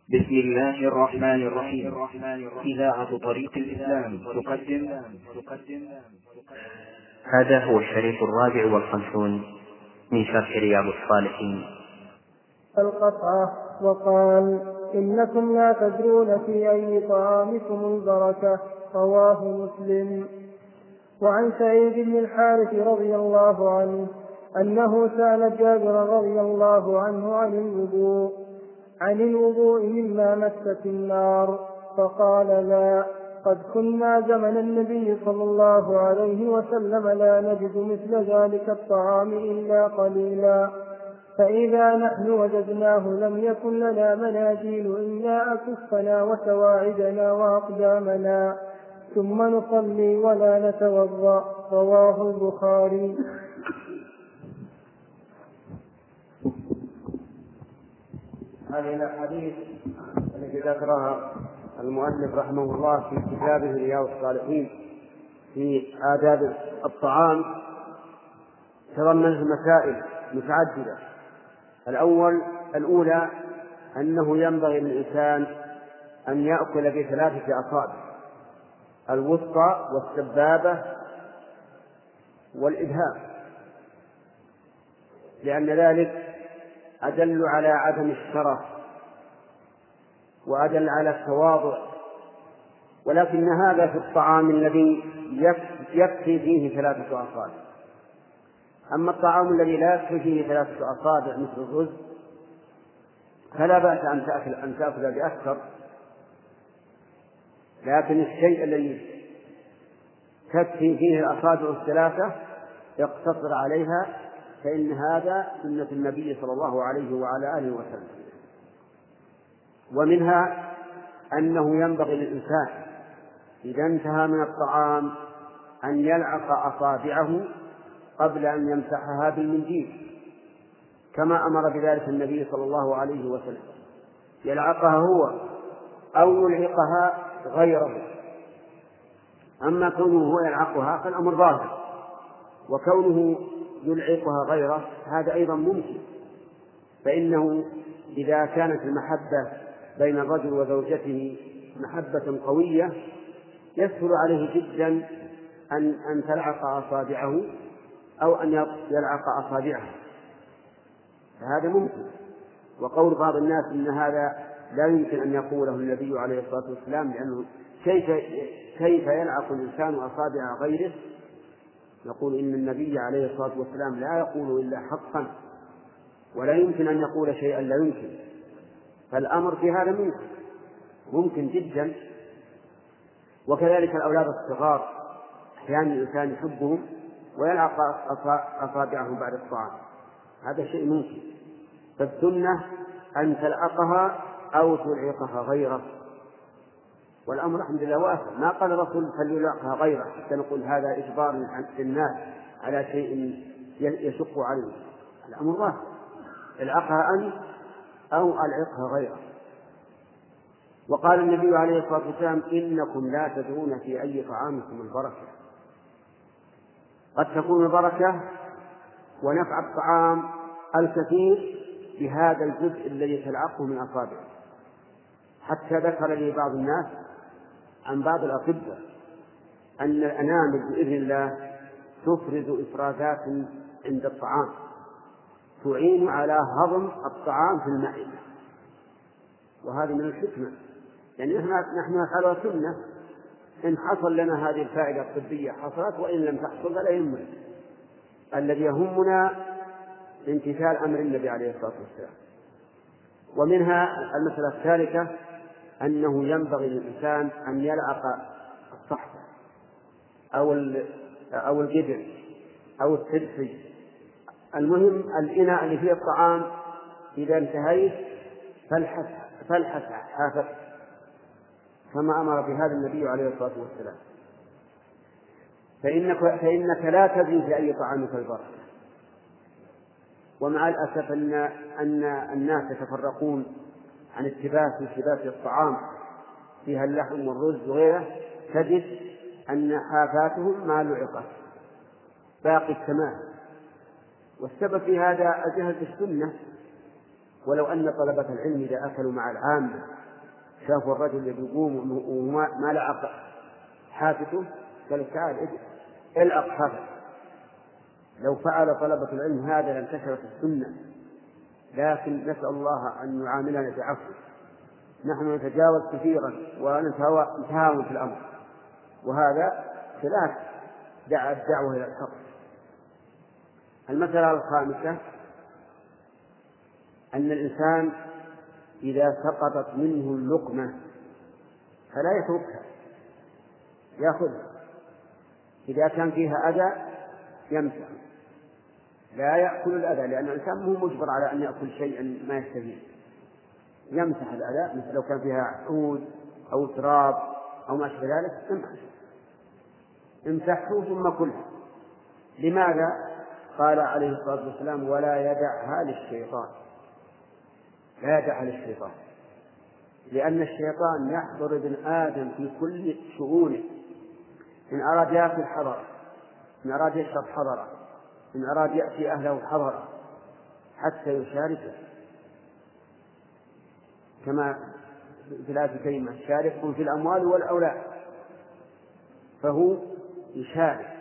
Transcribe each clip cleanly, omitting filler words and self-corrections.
بسم الله الرحمن الرحيم. إذاعة طريق الإسلام تقدم. هذا هو الشريط 54 من شرح رياض الصالحين. القطعة. وقال: إنكم لا تدرون في أي طعامكم البركة. رواه مسلم. وعن سعيد بن الحارث رضي الله عنه أنه سأل جابر رضي الله عنه عن الوضوء مما مست النار، فقال: لا، قد كنا زمن النبي صلى الله عليه وسلم لا نجد مثل ذلك الطعام إلا قليلا، فإذا نحن وجدناه لم يكن لنا مناديل إلا أكفنا وسواعدنا وأقدامنا، ثم نصلي ولا نتوضأ. رواه البخاري. هذه الأحاديث التي ذكرها المؤلف رحمه الله في كتابه رياض الصالحين في آداب الطعام تضمنت مسائل متعددة. الأولى أنه ينبغي للإنسان أن يأكل بثلاثة أصابع: الوسطى والسبابة والإبهام، لأن ذلك أدل على عدم الشرف وأدل على التواضع، ولكن هذا في الطعام الذي يكفي فيه ثلاثة أصابع. أما الطعام الذي لا يكفي فيه ثلاثة أصابع مثل الرز فلا بأس أن تأكل بأكثر، لكن الشيء الذي تكفي فيه الأصابع الثلاثة يقتصر عليها، فإن هذا سنة النبي صلى الله عليه وعلى آله وسلم. ومنها أنه ينبغي للإنسان إذا انتهى من الطعام أن يلعق أصابعه قبل أن يمسحها بالمنديل، كما أمر بذلك النبي صلى الله عليه وسلم، يلعقها هو أو يلعقها غيره. أما كونه هو يلعقها فالأمر ظاهر، وكونه يلعقها غيره هذا أيضا ممكن، فإنه إذا كانت المحبة بين الرجل وزوجته محبة قوية يسهل عليه جدا أن تلعق أصابعه أو أن يلعق أصابعه، فهذا ممكن. وقول بعض الناس إن هذا لا يمكن أن يقوله النبي عليه الصلاة والسلام، لأنه كيف يلعق الإنسان أصابع غيره؟ نقول إن النبي عليه الصلاة والسلام لا يقول إلا حقا، ولا يمكن أن يقول شيئا لا يمكن، فالأمر في هذا ممكن جدا. وكذلك الأولاد الصغار أحيانا الإنسان يحبهم ويلعق أصابعه بعد الطعام، هذا شيء ممكن، فالسنة أن تلعقها أو تلعقها غيره، والأمر الحمد لله واسع. ما قال الرسول فليلعقها غيره حتى نقول هذا إجبار للناس على شيء يشق عليه، الأمر واسع، العقها أنت أو العقها غيره. وقال النبي عليه الصلاة والسلام: إنكم لا تدرون في أي طعامكم البركة. قد تكون البركة ونفع الطعام الكثير بهذا الجزء الذي تلعقه من أصابعه. حتى ذكر لي بعض الناس عن بعض الأطباء أن الأنامل بإذن الله تفرز إفرازات عند الطعام تعين على هضم الطعام في المعدة، وهذه من الحكمة، يعني نحن نفعلها سنة، إن حصل لنا هذه الفائدة الطبية حصلت، وإن لم تحصل فلا يهمنا، الذي يهمنا امتثال أمر النبي عليه الصلاة والسلام. ومنها المسألة الثالثة أنه ينبغي للإنسان أن يلعق الصحفة أو الجدر أو التدفي، المهم الإناء اللي فيه الطعام إذا انتهيت فالحس حافك، كما أمر بهذا النبي عليه الصلاة والسلام. فإنك لا تدري في أي طعامك البركة. ومع الأسف أن الناس يتفرقون عن اتباع الطعام فيها اللحم والرز وغيره، تجد أن حافاتهم ما لعقت باقي التمام، والسبب في هذا الجهل بالسنة. ولو أن طلبة العلم إذا أكلوا مع العامة شافوا الرجل يقوم وما لعق حافته قال تعال العق حافته. لو فعل طلبة العلم هذا لانتشرت السنة، لكن نسأل الله أن يعاملنا بعفو. نحن نتجاوز كثيرا ونتهاون في الأمر، وهذا خلاف الدعوة إلى الحق. المسألة الخامسة أن الإنسان إذا سقطت منه اللقمة فلا يتركها، يأخذها. إذا كان فيها أذى يمسح، لا يأكل الأذى، لأن الإنسان مو مجبر على أن يأكل شيئا ما يستفيد. يمسح الأذى، مثل لو كان فيها عود أو تراب أو ما أشبه ذلك امسحه ثم كلها. لماذا؟ قال عليه الصلاة والسلام ولا يدعها للشيطان، لا يدعها للشيطان، لأن الشيطان يحضر ابن آدم في كل شؤونه. إن أراد يأكل حضر، إن أراد يشرب حضر، إن أراد يأتي أهله حضر، حتى يشاركه، كما في الآية الكريمة شاركهم في الأموال والأولاد، فهو يشارك.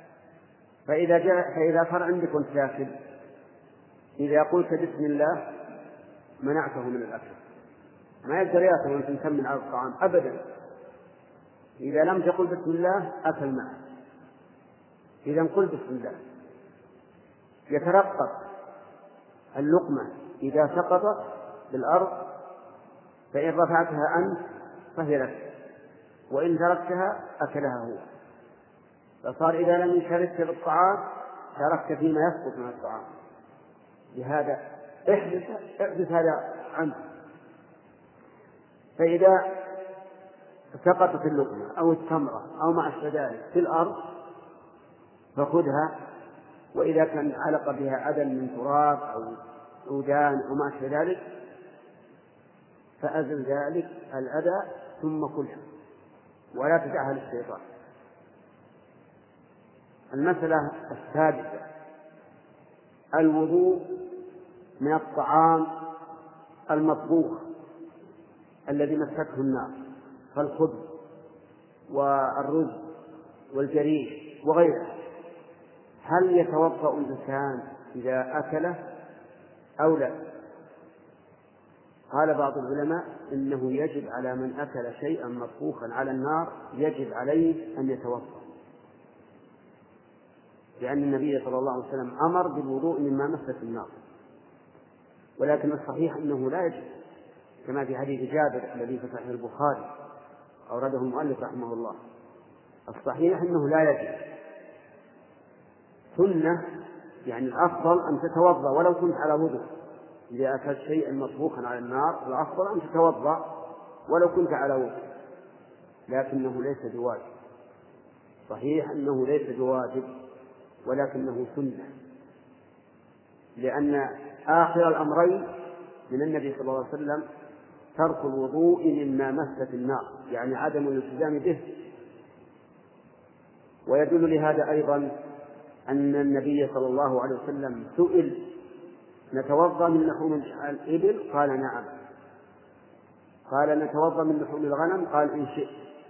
فإذا صار عندك وانت تاكل، إذا قلت بسم الله منعته من الأكل، ما يقدر يأكل وانت مكمل على الطعام أبدا. إذا لم تقل بسم الله أكل معه. إذا قل بسم الله. يترقب اللقمة إذا سقطت بالأرض، فإن رفعتها أنت فهي لك، وإن تركتها أكلها هو. فصار إذا لم يشاركك بالطعام شاركت فيما يسقط من الطعام. لهذا احدث هذا عنه. فإذا سقطت اللقمة أو التمرة أو ما أشبه ذلك في الأرض فخذها، وإذا كان علق بها أذى من تراب أو عودان أو ما أشبه ذلك فأزل ذلك الأذى ثم كلها، ولا تدعها للشيطان. المسألة السادسة الوضوء من الطعام المطبوخ الذي مسته النار، كالخبز والرز والجريح وغيره. هل يتوضأ الإنسان إذا أكله أو لا؟ قال بعض العلماء إنه يجب على من أكل شيئا مطبوخا على النار يجب عليه أن يتوضأ، لأن النبي صلى الله عليه وسلم أمر بالوضوء مما مست النار. ولكن الصحيح أنه لا يجب، كما في حديث جابر الذي في صحيح البخاري أورده المؤلف رحمه الله. الصحيح أنه لا يجب، سنة، يعني الأفضل أن تتوضأ ولو كنت على وضوء. إذا أكلت شيئا مطبوخا على النار الأفضل أن تتوضأ ولو كنت على وضوء، لكنه ليس بواجب. صحيح أنه ليس بواجب ولكنه سنة، لأن آخر الأمرين من النبي صلى الله عليه وسلم ترك الوضوء مما مست النار، يعني عدم الالتزام به. ويدل لهذا أيضا أن النبي صلى الله عليه وسلم سئل نتوضأ من لحوم الإبل؟ قال نعم. قال نتوضأ من لحوم الغنم؟ قال إن شئت،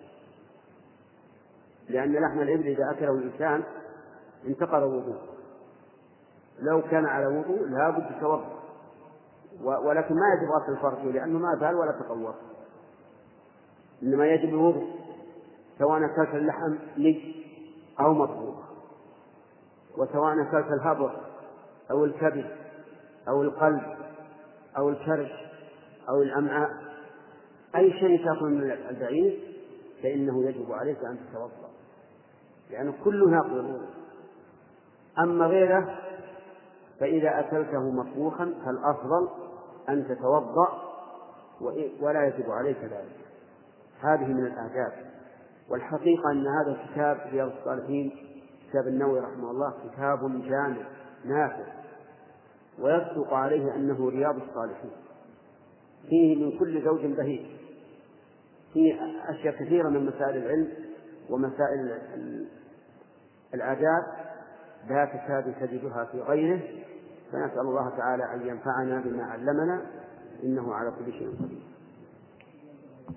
لأن لحم الإبل إذا أكله الإنسان انتقض وضوء. لو كان على وضوء لا بد يتوضأ، ولكن ما يجب غسل الفرج لأنه ما زال ولا تطور، إنما يجب الوضوء سواء أكلت اللحم ني أو مطبوخ، وسواء أكلت الهبر أو الكبد أو القلب أو الكرش أو الأمعاء، أي شيء تأكل من البعير فإنه يجب عليك أن تتوضأ، لأن كله ناقض الوضوء. أما غيره فإذا أكلته مطبوخا فالأفضل أن تتوضأ ولا يجب عليك ذلك. هذه من الآداب. والحقيقة أن هذا الكتاب رياض الصالحين كتاب النووي رحمه الله كتاب جامع نافع، ويصدق عليه أنه رياض الصالحين، فيه من كل زوج بهيج، فيه أشياء كثيرة من مسائل العلم ومسائل الآداب لا تكاد تجدها في غيره. فنسأل الله تعالى أن ينفعنا بما علمنا، إنه على كل شيء قدير.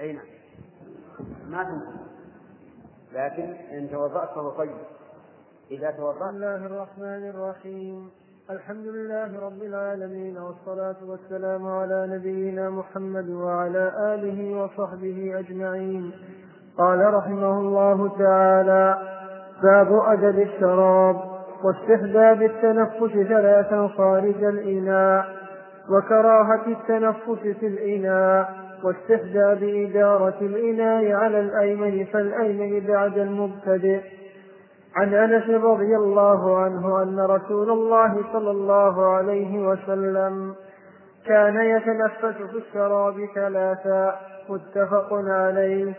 أي نعم ما تنقص، لكن إن توضأت فهو طيب. إذا توضأت. بسم الله الرحمن الرحيم. الحمد لله رب العالمين، والصلاة والسلام على نبينا محمد وعلى آله وصحبه أجمعين. قال رحمه الله تعالى: باب أدب الشراب واستحباب التنفس 3 خارج الإناء، وكراهة التنفس في الإناء، واستحباب إدارة الإناء على الأيمن فالأيمن بعد المبتدئ. عن أنس رضي الله عنه أن رسول الله صلى الله عليه وسلم كان يتنفس في الشراب 3، متفق عليه.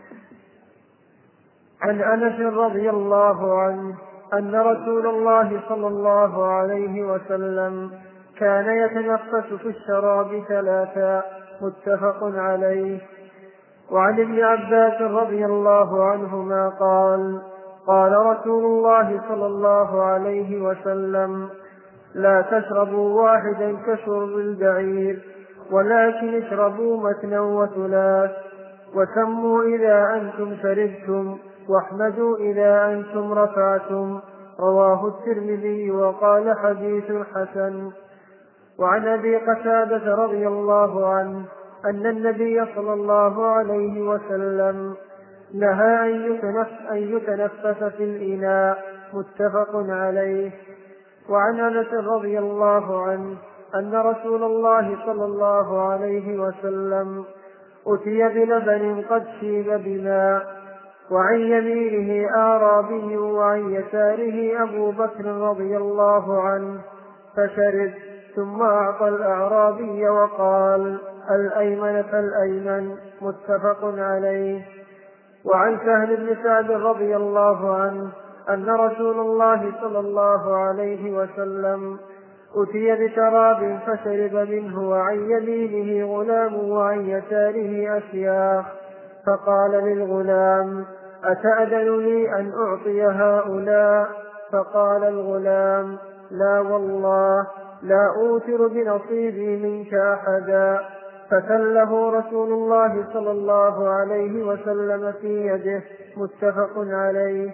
عن أنس رضي الله عنه أن رسول الله صلى الله عليه وسلم كان يتنفس في الشراب 3، متفق عليه. وعن ابن عباس رضي الله عنهما قال: قال رسول الله صلى الله عليه وسلم: لا تشربوا واحدا كشرب البعير، ولكن اشربوا مثنى وثلاث، وسموا إذا أنتم شربتم، واحمدوا إذا أنتم رفعتم. رواه الترمذي وقال: حديث حسن. وعن أبي قتادة رضي الله عنه أن النبي صلى الله عليه وسلم نهى أن يتنفس في الإناء، متفق عليه. وعن أنس رضي الله عنه أن رسول الله صلى الله عليه وسلم أتي بلبن قد شيب بماء، وعن يمينه أعرابي وعن يساره أبو بكر رضي الله عنه، فشرب، ثم أعطى الأعرابي وقال: الأيمن فالأيمن، متفق عليه. وعن سهل بن سعد رضي الله عنه أن رسول الله صلى الله عليه وسلم أتي بشراب فشرب منه، وعن يمينه غلام وعن يساره أشياخ، فقال للغلام: أتأذن لي أن أعطي هؤلاء؟ فقال الغلام: لا والله، لا أوتر بنصيبي منك أحدا. فسله رسول الله صلى الله عليه وسلم في يده، متفق عليه.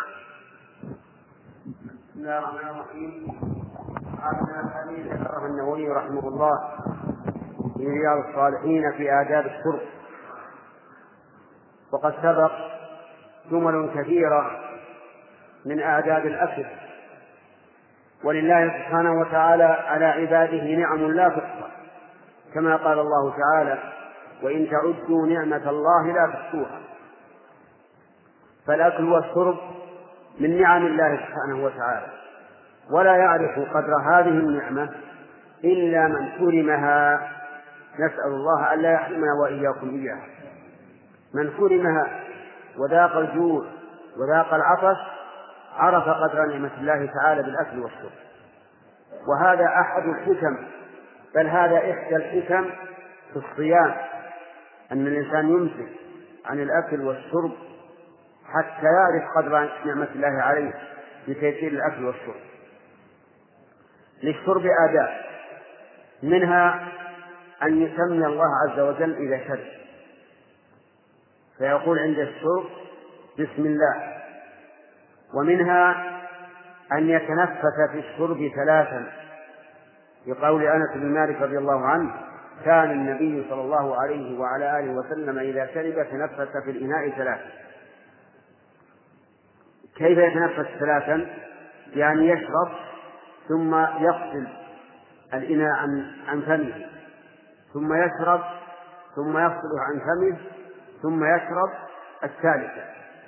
بسم الله الرحمن الرحيم. هذا الحديث ذكره النووي رحمه الله في رياض الصالحين في آداب الشرب، وقد سبق جمل كثيرة من آداب الأكل. ولله سبحانه وتعالى على عباده نعم لا تحصى، كما قال الله تعالى: وإن تعدوا نعمة الله لا تحصوها. فالأكل والشرب من نعم الله سبحانه وتعالى، ولا يعرف قدر هذه النعمة إلا من حرمها. نسأل الله ألا يحرمنا وإياكم إياها. من حرمها وذاق الجوع وذاق العطش عرف قدر نعمة الله تعالى بالأكل والشرب. وهذا أحد الحكم، بل هذا إحدى الحكم في الصيام، أن الإنسان يمسك عن الأكل والشرب حتى يعرف قدر نعمة الله عليه بتيسير الأكل والشرب. للشرب آداب، منها أن يسمي الله عز وجل إذا شرب، فيقول عند الشرب: بسم الله. ومنها أن يتنفس في الشرب 3، بقول أنس بن مالك رضي الله عنه: كان النبي صلى الله عليه وعلى آله وسلم إذا شرب تنفس في الإناء 3. كيف يتنفس 3؟ يعني يشرب ثم يفصل الإناء عن فمه، ثم يشرب ثم يفصله عن فمه، ثم يشرب الثالثة.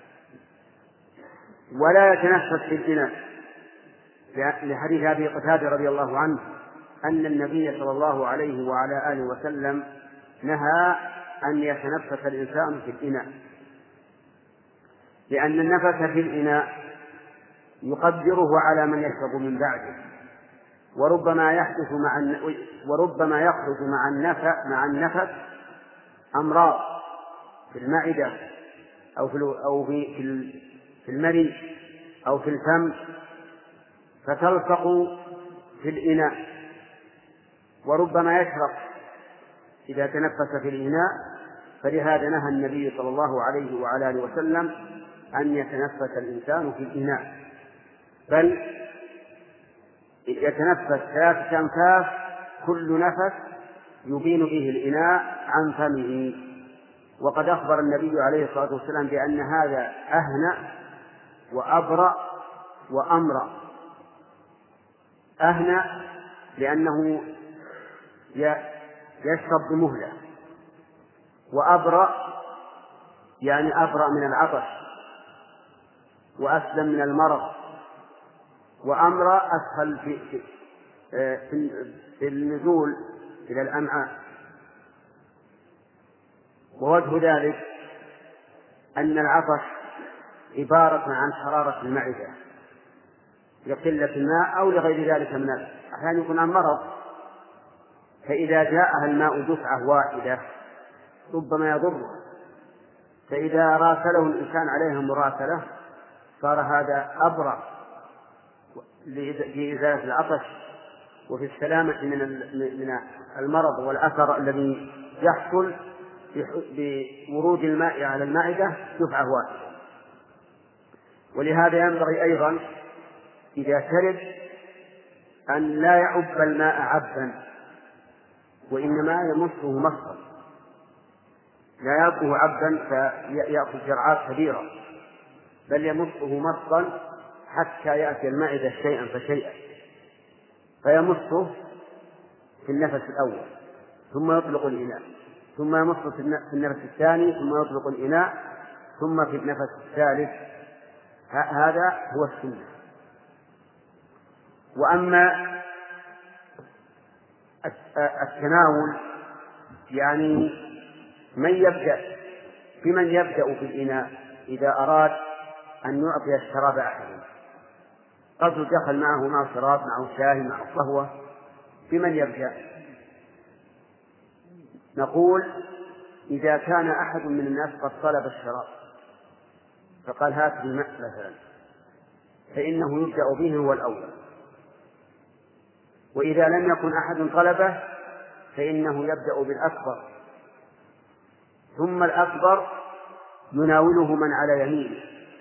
ولا يتنفس في الإناء، لحديث أبي قتادة رضي الله عنه أن النبي صلى الله عليه وعلى آله وسلم نهى أن يتنفس الإنسان في الإناء، لأن النفس في الإناء يقدره على من يشرب من بعده، وربما يخرج مع النفس أمراض في المعدة أو في المريء أو في الفم، فتلصق في الإناء. وربما يشرب إذا تنفس في الإناء فلهذا نهى النبي صلى الله عليه وعلى آله وسلم أن يتنفس الإنسان في الإناء، بل يتنفس 3 أنفاس كل نفس يبين به الإناء عن فمه. وقد أخبر النبي عليه الصلاة والسلام بأن هذا أهنأ وأبرأ وأمرأ. أهنأ لأنه يشرب بمهلة، وأبرأ يعني أبرأ من العطش وأسلم من المرض، وأمرأ أسهل في النزول إلى الأمعاء. ووجه ذلك أن العطش عبارة عن حرارة المعدة لقلة الماء أو لغير ذلك من أحيانا يكون عن مرض، فإذا جاءها الماء دفعة واحدة ربما يضره، فإذا راسله الإنسان عليها مراسلة صار هذا أبرأ لإزالة العطش وفي السلامة من المرض والأثر الذي يحصل بورود الماء على المعدة دفعة واحدة. ولهذا ينبغي أيضا إذا شرب أن لا يعب الماء عبا، وإنما يمصه مصا، لا يعبه عبا فيأخذ جرعات كبيرة، بل يمصه مصا حتى يأتي المعدة شيئا فشيئا، فيمصه في النفس الأول ثم يطلق الإناء، ثم يمصه في النفس الثاني ثم يطلق الإناء، ثم في النفس الثالث. هذا هو السنة. وأما التناول يعني بمن يبدأ في الإناء إذا أراد أن يعطي الشراب أحدا، قد دخل معه شراب، معه شاي، معه قهوة، بمن يبدأ؟ نقول إذا كان أحد من الناس قد طلب الشراب فقال هات الماء مثلا، فإنه يبدأ به هو الأول. وإذا لم يكن أحد طلبه فإنه يبدأ بالأكبر، ثم الأكبر يناوله من على يمينه.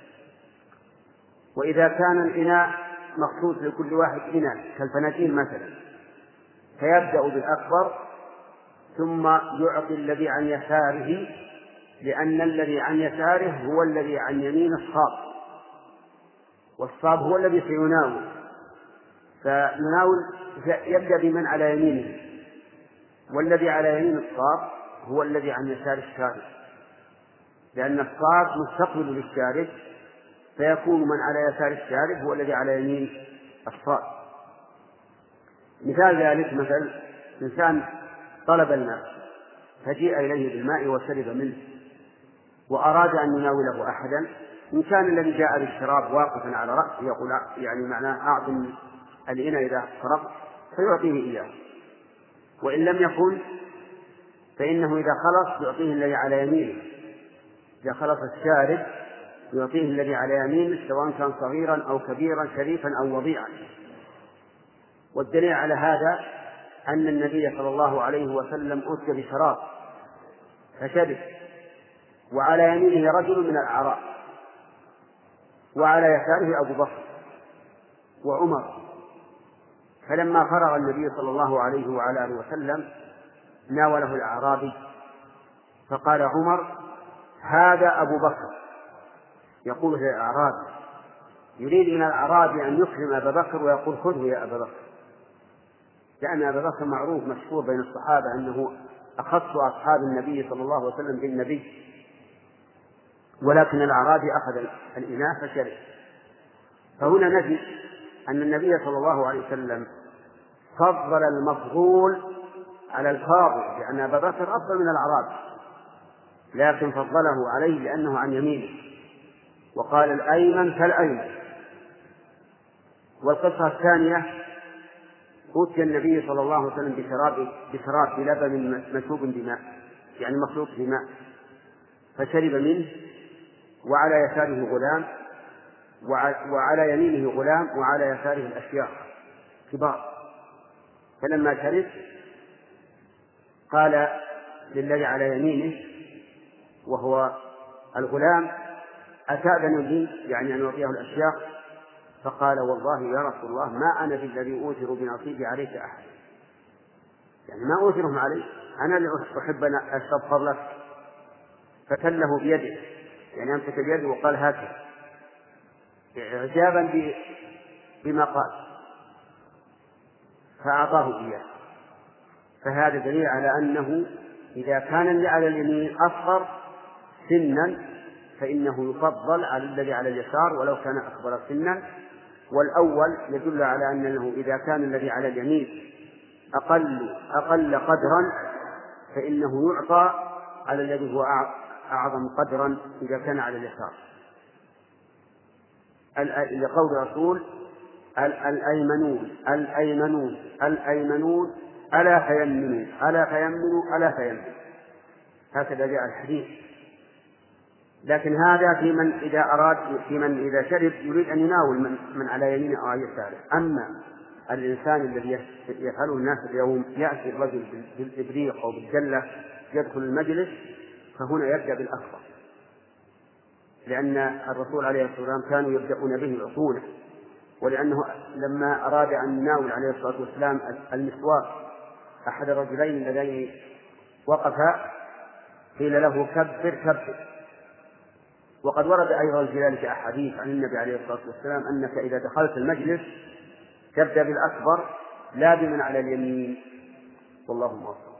وإذا كان الإناء مخصوص لكل واحد إناء كالفناجين مثلا فيبدأ بالأكبر ثم يعطي الذي عن يساره، لأن الذي عن يساره هو الذي عن يمين الصاب، والصاب هو الذي سيناول، يبدأ بمن على يمينه، والذي على يمين الصاب هو الذي عن يسار الشارب، لأن الصاب مستقبل للشارب، فيكون من على يسار الشارب هو الذي على يمين الصاب. مثال ذلك مثل إنسان طلب الماء فجيء إليه بالماء وشرب منه وأراد أن يناوله أحدا، إن كان الذي جاء بالشراب واقفا على رأسه يقول يعني معناه أعطني الإناء إذا فرغت فيعطيه إياه، وإن لم يكن فإنه إذا خلص يعطيه الذي على يمينه، إذا خلص الشارب يعطيه الذي على يمينه سواء كان صغيرا أو كبيرا، شريفا أو وضيعا. والدليل على هذا أن النبي صلى الله عليه وسلم أتي بشراب فشرب، وعلى يمينه رجل من الأعراب، وعلى يساره أبو بكر وعمر. فلما فرغ النبي صلى الله عليه وعلى آله وسلم ناوله الأعرابي، فقال عمر هذا أبو بكر، يقول للأعرابي، يريد من الأعرابي أن يكرم أبا بكر ويقول خذه يا أبا بكر، لأن أبا بكر معروف مشهور بين الصحابة أنه أخص أصحاب النبي صلى الله عليه وسلم بالنبي، ولكن الأعرابي أخذ الإناء فشرب. فهنا نجد أن النبي صلى الله عليه وسلم فضل المفضول على الفاضل، لأن أبا بكر أفضل من الأعرابي، لكن فضله عليه لأنه عن يمينه، وقال الأيمن فالأيمن. والقصة الثانية أوتي النبي صلى الله عليه وسلم بشراب بلبن مشوب بماء، يعني مخلوط بماء، فشرب منه، وعلى يساره غلام، وعلى يمينه غلام، وعلى يساره الأشياخ كبار. فلما شرب قال للذي على يمينه وهو الغلام: أتأذن لي، يعني أن أعطيه الأشياء؟ فقال: والله يا رسول الله ما أنا بالذي أوثر بنصيبي عليك أحد، يعني ما أوثرهم عليك، أنا اللي أحب أن أستغفر لك. فتله بيده، يعني أمسك بيده وقال: هكذا، إعجابا بما قال، فأعطاه إياه. فهذا دليل على أنه إذا كان الذي على اليمين أصغر سنا فإنه يفضل على الذي على اليسار ولو كان أكبر سنا، والأول يدل على أنه إذا كان الذي على اليمين أقل قدرا فإنه يعطى على الذي هو أعظم قدرا إذا كان على اليسار، لقول الرسول: الأيمنون الأيمنون الأيمنون ألا فيمنوا ألا فيمنوا ألا فيمنوا، هكذا جاء الحديث. لكن هذا في من إذا شرب يريد أن يناول من على يمينه أو على يساره. أما الإنسان الذي يفعله الناس اليوم، يأتي الرجل بالإبريق أو بالجلة يدخل المجلس، فهنا يبدأ بالأكبر، لأن الرسول عليه الصلاة والسلام كانوا يبدأون به العقول، ولأنه لما أراد أن يناول عليه الصلاة والسلام المسواك أحد الرجلين اللذين وقفا قيل له: كبر كبر. وقد ورد أيضا في ذلك أحاديث عن النبي عليه الصلاة والسلام أنك إذا دخلت المجلس تبدأ بالأكبر لا بمن على اليمين، والله موفق.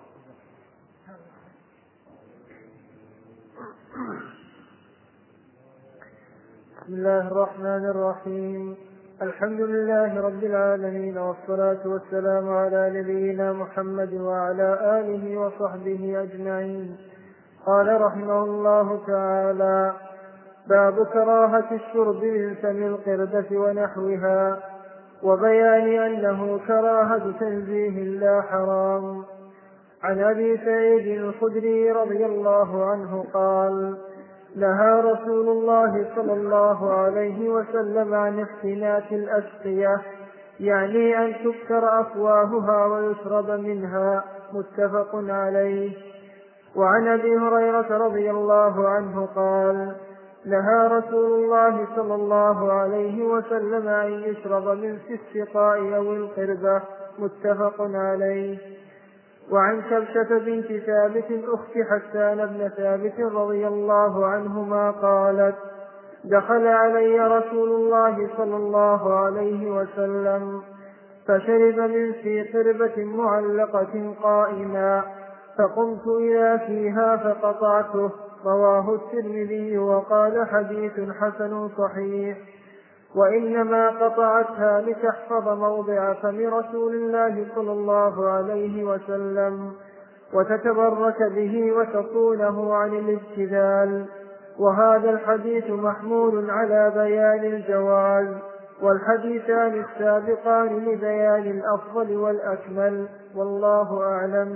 بسم الله الرحمن الرحيم. الحمد لله رب العالمين، والصلاة والسلام على نبينا محمد وعلى آله وصحبه أجمعين. قال رحمه الله تعالى: باب كراهة الشرب من فم القردة ونحوها، وبيان أنه كراهة تنزيه لا حرام. عن أبي سعيد الخدري رضي الله عنه قال: نهى رسول الله صلى الله عليه وسلم عن اختلاف الأسقية، يعني أن تكسر أفواهها ويشرب منها، متفق عليه. وعن أبي هريرة رضي الله عنه قال: نهى رسول الله صلى الله عليه وسلم أن يشرب من السقاء أو القربة، متفق عليه. وعن كبشة بنت ثابت أخت حسان بن ثابت رضي الله عنهما قالت: دخل علي رسول الله صلى الله عليه وسلم فشرب من في قربة معلقة قائما، فقمت إلى فيها فقطعته. رواه الترمذي وقال: حديث حسن صحيح. وإنما قطعتها لتحفظ موضع فم رسول الله صلى الله عليه وسلم وتتبرك به وتصونه عن الابتذال. وهذا الحديث محمول على بيان الجواز، والحديثان السابقان لبيان الأفضل والأكمل، والله أعلم.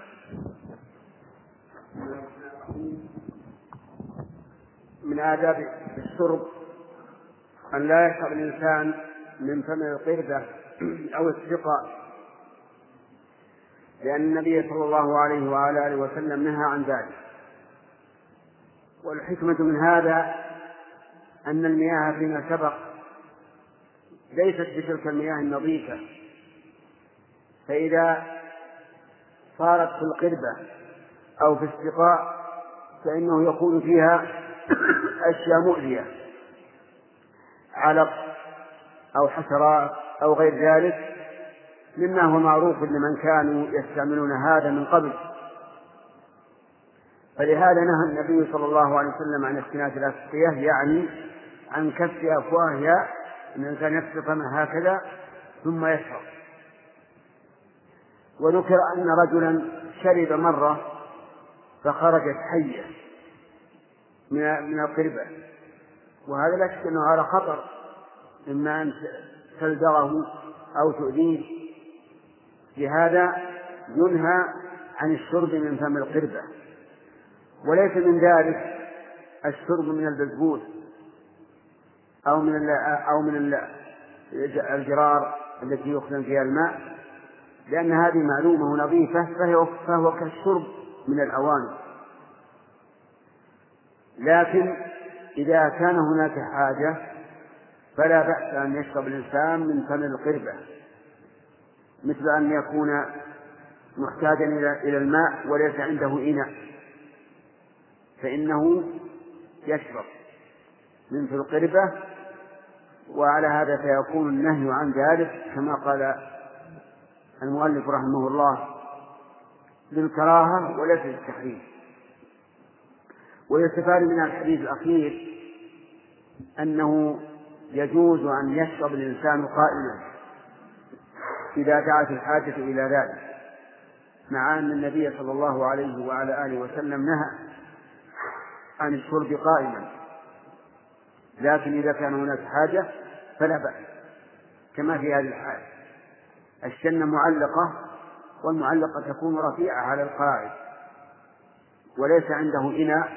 من آداب الشرب أن لا يشرب الإنسان من فم القردة أو السقاء، لأن النبي صلى الله عليه وعلى آله وسلم نهى عن ذلك. والحكمة من هذا أن المياه فيما سبق ليست بتلك المياه النظيفة، فإذا صارت في القربة أو في السقاء فإنه يكون فيها أشياء مؤذية، علق أو حشرات أو غير ذلك، مما هو معروف لمن كانوا يستعملون هذا من قبل. فلهذا نهى النبي صلى الله عليه وسلم عن اختلاف الأسقية، يعني عن كف أفواهها، أن الإنسان يكف فمه هكذا ثم يشرب. وذكر أن رجلا شرب مرة فخرجت حية من القربة، وهذا لا شك أنه على خطر، إما أن تلدغه أو تؤذيه. لهذا ينهى عن الشرب من فم القربة. وليس من ذلك الشرب من البزبوث أو من الجرار التي يخزن فيها الماء، لأن هذه معلومة نظيفة، فهو كالشرب من الأواني. لكن إذا كان هناك حاجة فلا بأس أن يشرب الإنسان من فم القربة، مثل أن يكون محتاجا إلى الماء وليس عنده إناء فإنه يشرب من في القربة، وعلى هذا فيكون النهي عن ذلك كما قال المؤلف رحمه الله للكراهة وليس للتحريم. ويستفاد من الحديث الأخير أنه يجوز أن يشرب الإنسان قائما إذا دعت الحاجة إلى ذلك، مع أن النبي صلى الله عليه وعلى آله وسلم نهى عن الشرب قائما، لكن إذا كان هناك حاجة فلا بأس، كما في هذه الحال الشنة معلقة، والمعلقة تكون رفيعة على القاعد وليس عنده إناء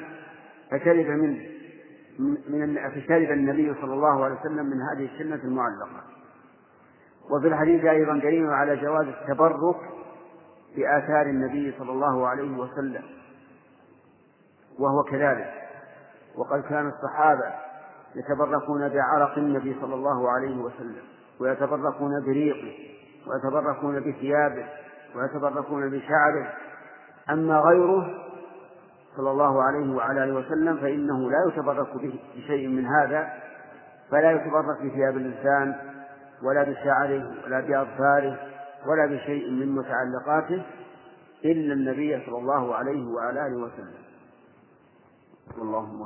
فشرب النبي صلى الله عليه وسلم من هذه الشنة المعلقة. وفي الحديث أيضا دليل على جواز التبرك بآثار النبي صلى الله عليه وسلم، وهو كذلك، وقد كان الصحابة يتبركون بعرق النبي صلى الله عليه وسلم، ويتبركون بريقه، ويتبركون بثيابه، ويتبركون بشعره. أما غيره صلى الله عليه وعلى آله وسلم فإنه لا يتبرك بشيء من هذا، فلا يتبرك بثياب الإنسان ولا بشعره ولا بأظفاره ولا بشيء من متعلقاته إلا النبي صلى الله عليه وعلى آله وسلم. اللهم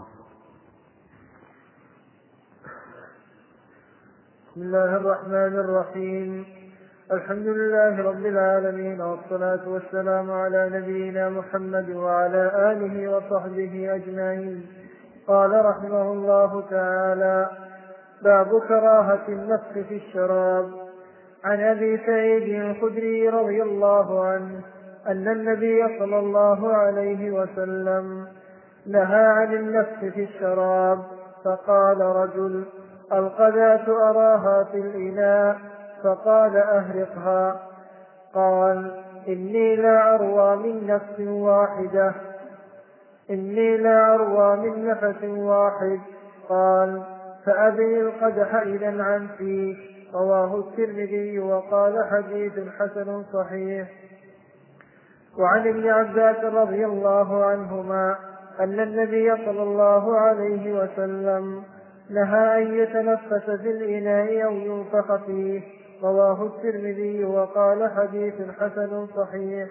بسم الله الرحمن الرحيم. الحمد لله رب العالمين، والصلاة والسلام على نبينا محمد وعلى آله وصحبه أجمعين. قال رحمه الله تعالى: باب كراهة النفخ في الشراب. عن أبي سعيد الخدري رضي الله عنه أن النبي صلى الله عليه وسلم نهى عن النفخ في الشراب، فقال رجل: القذاة أراها في الإناء، فقال: أهرقها. قال: إني لا أروى من نفس واحد. قال: فأبن القدح إذن عن فيه. رواه الترمذي وقال: حديث حسن صحيح. وعن ابن عباس رضي الله عنهما أن النبي صلى الله عليه وسلم نهى أن يتنفس في الإناء أو ينفخ فيه. رواه الترمذي وقال: حديث حسن صحيح.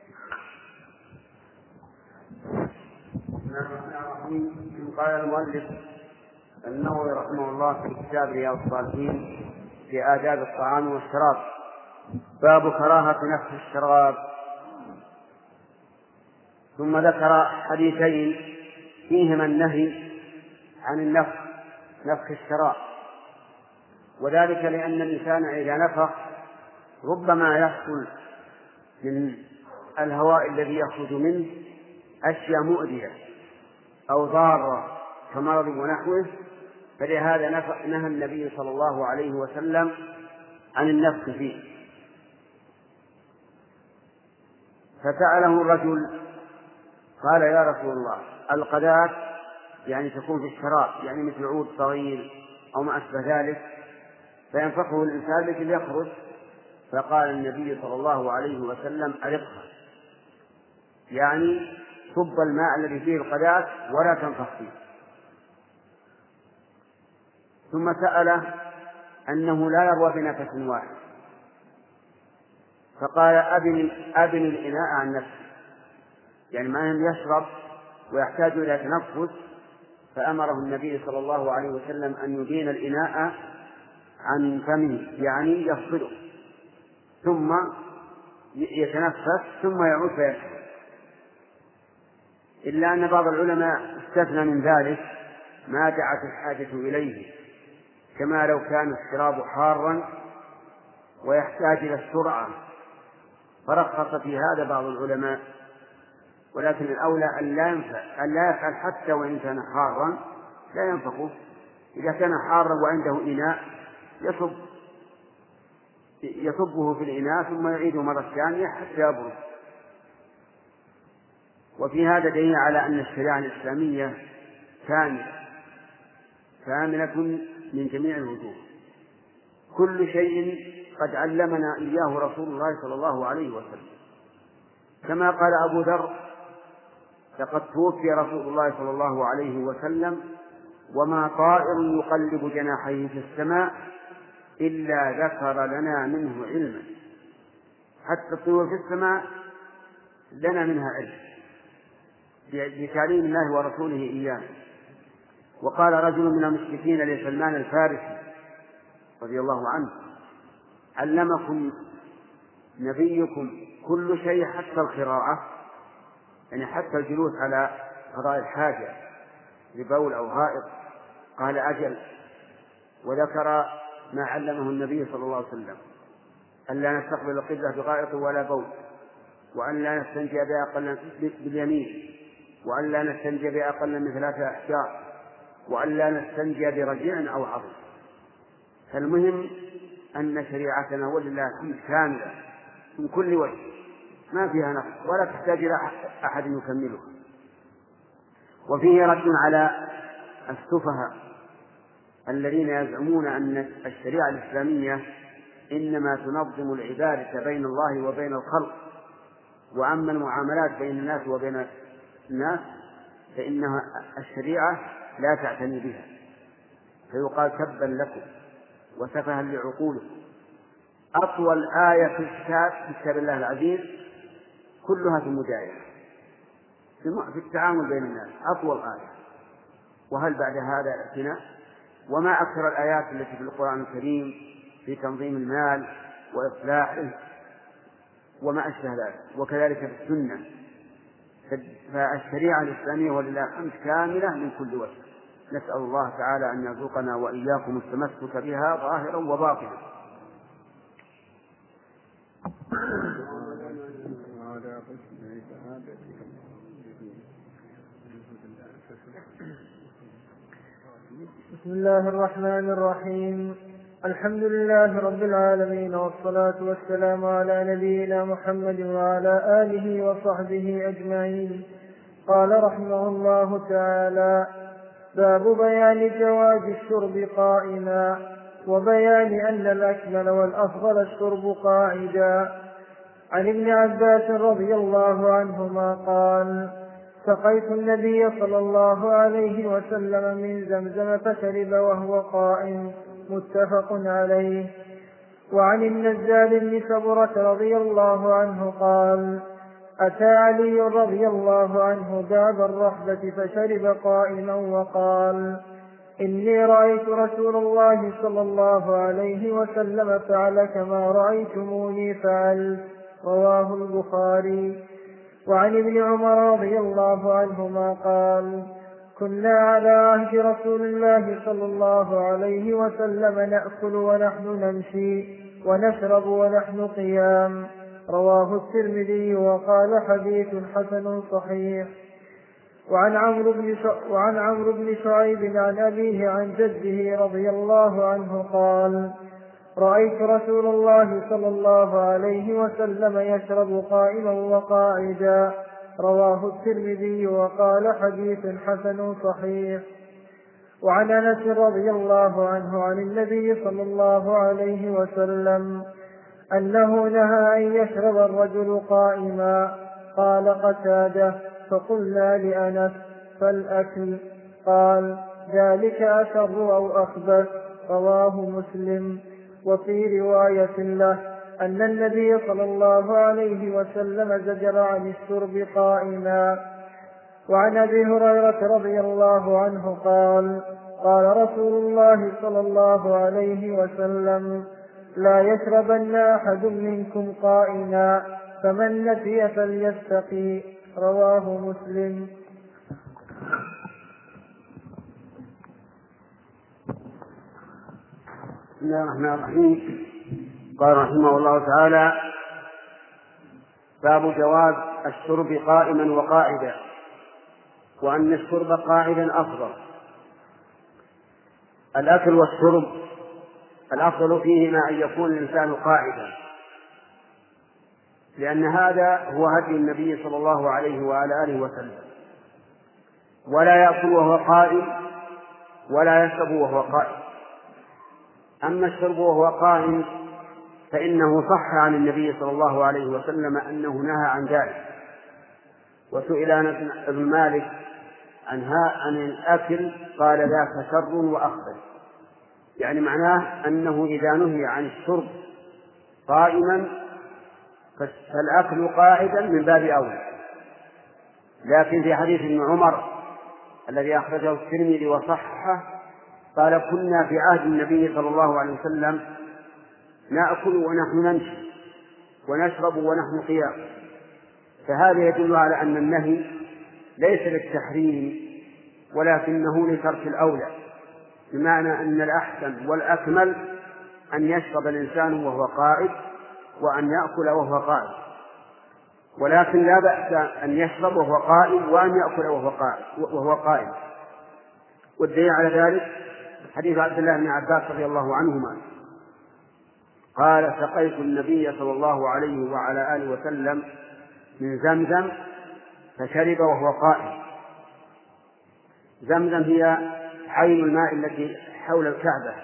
قال المؤلف النووي رحمه الله في كتاب رياض الصالحين في آداب الطعام والشراب: باب كراهة نفخ الشراب. ثم ذكر حديثين فيهما النهي عن نفخ الشراب، وذلك لأن الإنسان إذا نفخ ربما يحصل من الهواء الذي يخرج منه أشياء مؤذية أو ضارة كمرض ونحوه، فلهذا نهى النبي صلى الله عليه وسلم عن النفخ فيه. فسأله الرجل قال: يا رسول الله، القذاة يعني تكون في الشراب، يعني مثل عود صغير أو ما أشبه ذلك، فينفخه الإنسان لكي يخرج. فقال النبي صلى الله عليه وسلم: أرقها، يعني صب الماء الذي فيه القذاة ولا تنفخ فيه. ثم سأله أنه لا يروى بنفس واحد، فقال: أبن الإناء عن نفسه، يعني ما يشرب ويحتاج إلى تنفس، فأمره النبي صلى الله عليه وسلم أن يبين الإناء عن فمه، يعني يفصله ثم يتنفس ثم يعود فيشرب. إلا أن بعض العلماء استثنى من ذلك ما دعت الحاجة إليه، كما لو كان الشراب حارا ويحتاج إلى السرعة، فرخص في هذا بعض العلماء. ولكن الأولى أن لا يفعل حتى وإن كان حارا، لا ينفخه. إذا كان حارا وعنده إناء يصبه في الإناء ثم يعيده مرة ثانية حتى يبرد. وفي هذا دليل على أن الشريعة الإسلامية كاملة من جميع الوجوه، كل شيء قد علمنا إياه رسول الله صلى الله عليه وسلم، كما قال أبو ذر: لقد توفي رسول الله صلى الله عليه وسلم وما طائر يقلب جناحيه في السماء إلا ذكر لنا منه علما. حتى الطيور في السماء لنا منها علم بتعليم الله ورسوله إياه. وقال رجل من المشركين لسلمان الفارسي رضي الله عنه: علمكم نبيكم كل شيء حتى القراءة، يعني حتى الجلوس على قضاء الحاجة لبول أو غائط؟ قال: أجل. وذكر ما علمه النبي صلى الله عليه وسلم: أن لا نستقبل القبلة بغائط ولا بول، وأن لا نستنجي بأقل باليمين، وأن لا نستنجي بأقل من 3 أحجار، وأن لا نستنجي برجيع أو عظم. فالمهم أن شريعتنا ولله الحمد كاملة من كل وجه، ما فيها نقص ولا تحتاج إلى أحد يكملها. وفيه رد على السفهاء الذين يزعمون أن الشريعة الإسلامية إنما تنظم العبادة بين الله وبين الخلق، وأما المعاملات بين الناس وبين الناس فإنها الشريعة لا تعتني بها، فيقال: تبا لكم وسفها لعقولكم. أطول آية في كتاب الله العزيز كلها في المجاهدة، في التعامل بين الناس، أطول آية. وهل بعد هذا اعتناء؟ وما أكثر الآيات التي في القرآن الكريم في تنظيم المال وإصلاحه وما أشبه ذلك، وكذلك في السنة. فالشريعة الإسلامية ولله الحمد كاملة من كل وجه. نسأل الله تعالى أن يرزقنا وإياكم التمسك بها ظاهرا وباطنا. بسم الله الرحمن الرحيم. الحمد لله رب العالمين، والصلاة والسلام على نبينا محمد وعلى آله وصحبه أجمعين. قال رحمه الله تعالى: باب بيان جواز الشرب قائما، وبيان أن الأكمل والأفضل الشرب قاعدا. عن ابن عباس رضي الله عنهما قال: سقيت النبي صلى الله عليه وسلم من زمزم فشرب وهو قائم، متفق عليه. وعن النزال بن سبرة رضي الله عنه قال: أتى علي رضي الله عنه باب الرحبة فشرب قائما وقال: إني رأيت رسول الله صلى الله عليه وسلم فعل كما رأيتموني فعلت. رواه البخاري. وعن ابن عمر رضي الله عنهما قال: كنا على عهد رسول الله صلى الله عليه وسلم نأكل ونحن نمشي ونشرب ونحن قيام. رواه الترمذي وقال: حديث حسن صحيح. وعن عمرو بن شعيب عن أبيه عن جده رضي الله عنه قال: رأيت رسول الله صلى الله عليه وسلم يشرب قائما وقاعدا. رواه الترمذي وقال: حديث حسن صحيح. وعن أنس رضي الله عنه عن النبي صلى الله عليه وسلم أنه نهى أن يشرب الرجل قائما. قال قتادة: فقلنا لأنس: فالأكل؟ قال: ذلك أشر أو أخبث. رواه مسلم. وفي رواية له أن النبي صلى الله عليه وسلم زجر عن الشرب قائما. وعن أبي هريرة رضي الله عنه قال: قال رسول الله صلى الله عليه وسلم: لا يشربن أحد منكم قائما، فمن نسي فليستقي. رواه مسلم. بسم الله الرحمن الرحيم. قال رحمه الله تعالى: باب جواز الشرب قائما وقاعدا، وأن الشرب قاعدا أفضل. الأكل والشرب الأفضل فيهما أن يكون الإنسان قاعدا، لأن هذا هو هدي النبي صلى الله عليه وعلى آله وسلم. ولا يأكل وهو قائم ولا يشرب وهو قائم. أما الشرب وهو قائم فإنه صح عن النبي صلى الله عليه وسلم أنه نهى عن ذلك. وسئل أنس بن مالك عن الأكل قال ذاك شر وأخبث، يعني معناه أنه إذا نهي عن الشرب قائما فالأكل قاعدا من باب أولى. لكن في حديث ابن عمر الذي أخرجه الترمذي وصححه قال كنا في عهد النبي صلى الله عليه وسلم نأكل ونحن نمشي ونشرب ونحن قيام، فهذا يدل على أن النهي ليس للتحريم ولكنه لترك الأولى، بمعنى أن الأحسن والأكمل أن يشرب الإنسان وهو قاعد وأن يأكل وهو قائم، ولكن لا بأس أن يشرب وهو قائم وأن يأكل وهو قائم. والدليل على ذلك حديث عبد الله بن عباس رضي الله عنهما قال سقيت النبي صلى الله عليه وعلى آله وسلم من زمزم فشرب وهو قائم. زمزم هي عين الماء التي حول الكعبة،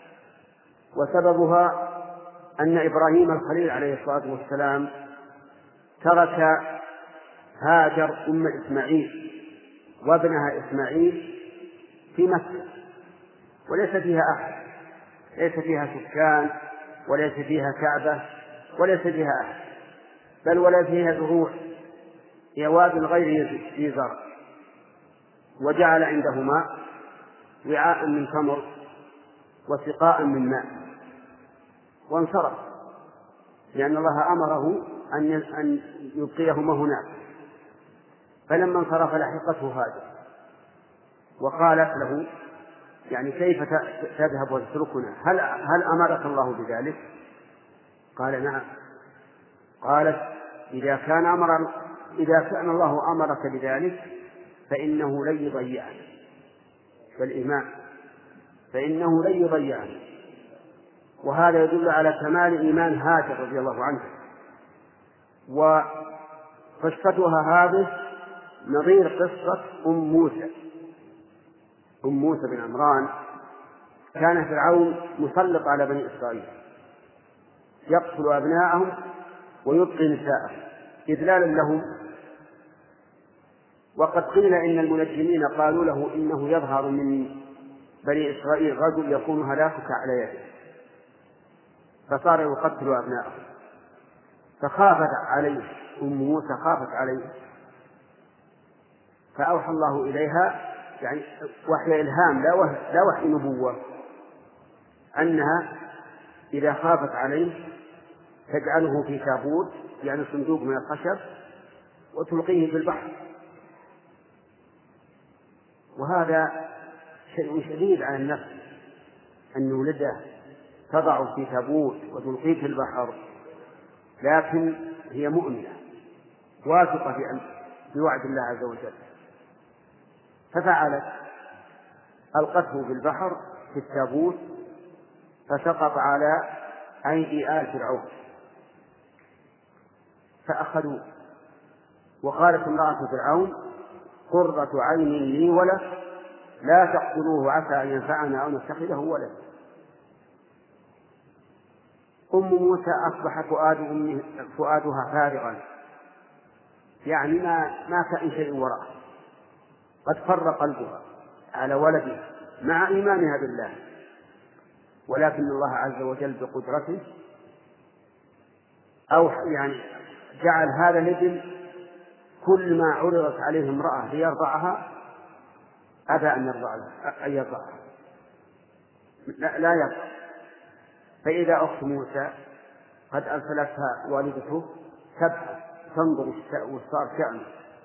وسببها أن إبراهيم الخليل عليه الصلاة والسلام ترك هاجر أم إسماعيل وابنها إسماعيل في مكة، وليس فيها أحد، ليس فيها سكان وليس فيها كعبة وليس فيها أحد، بل ولا فيها زروع، هي واد غير ذي زرع، وجعل عندهما وعاء من تمر وسقاء من ماء وانصرف، لأن الله أمره أن يبقيهما هناك. فلما انصرف لحقته هاجر وقالت له يعني كيف تذهب وتتركنا؟ هل أمرك الله بذلك؟ قال نعم. قالت إذا كان الله أمرك بذلك فإنه لن يضيعنا، فالإيمان فإنه لن يضيعنا. وهذا يدل على كمال إيمان هاجر رضي الله عنها. وقصتها هذه نظير قصة أم موسى بن عمران. كان فرعون مسلط على بني إسرائيل يقتل أبناءهم ويبقي نساءهم إذلالا لهم. وقد قيل إن المنجمين قالوا له إنه يظهر من بني إسرائيل رجل يكون هلاكك على يده، فصار يقتل أبناءهم. فخافت عليه أم موسى، خافت عليه، فأوحى الله إليها يعني وحي إلهام لا وحي نبوة، أنها إذا خافت عليه تجعله في تابوت يعني صندوق من الخشب وتلقيه في البحر. وهذا شيء شديد على النفس أن يولده تضع في تابوت وتلقيه في البحر، لكن هي مؤمنة واثقة بوعد الله عز وجل، ففعلت، ألقته في البحر في التابوت فسقط على أيدي آل فرعون فأخذوه. وقالت امرأة فرعون قرة عين لي ولك لا تقتلوه عسى أن ينفعنا أو نتخذه ولدا. أم موسى أصبح فؤادها فارغا، يعني ما كان شيء وراءه، قد فر قلبها على ولده مع إيمانها بالله، ولكن الله عز وجل بقدرته أو يعني جعل هذا الابن كل ما عرضت عليه امرأة ليرضعها أبى أن يرضعها لا يرضع. فإذا أخت موسى قد أرسلتها والدته تبحث تنظر وصار شأنه،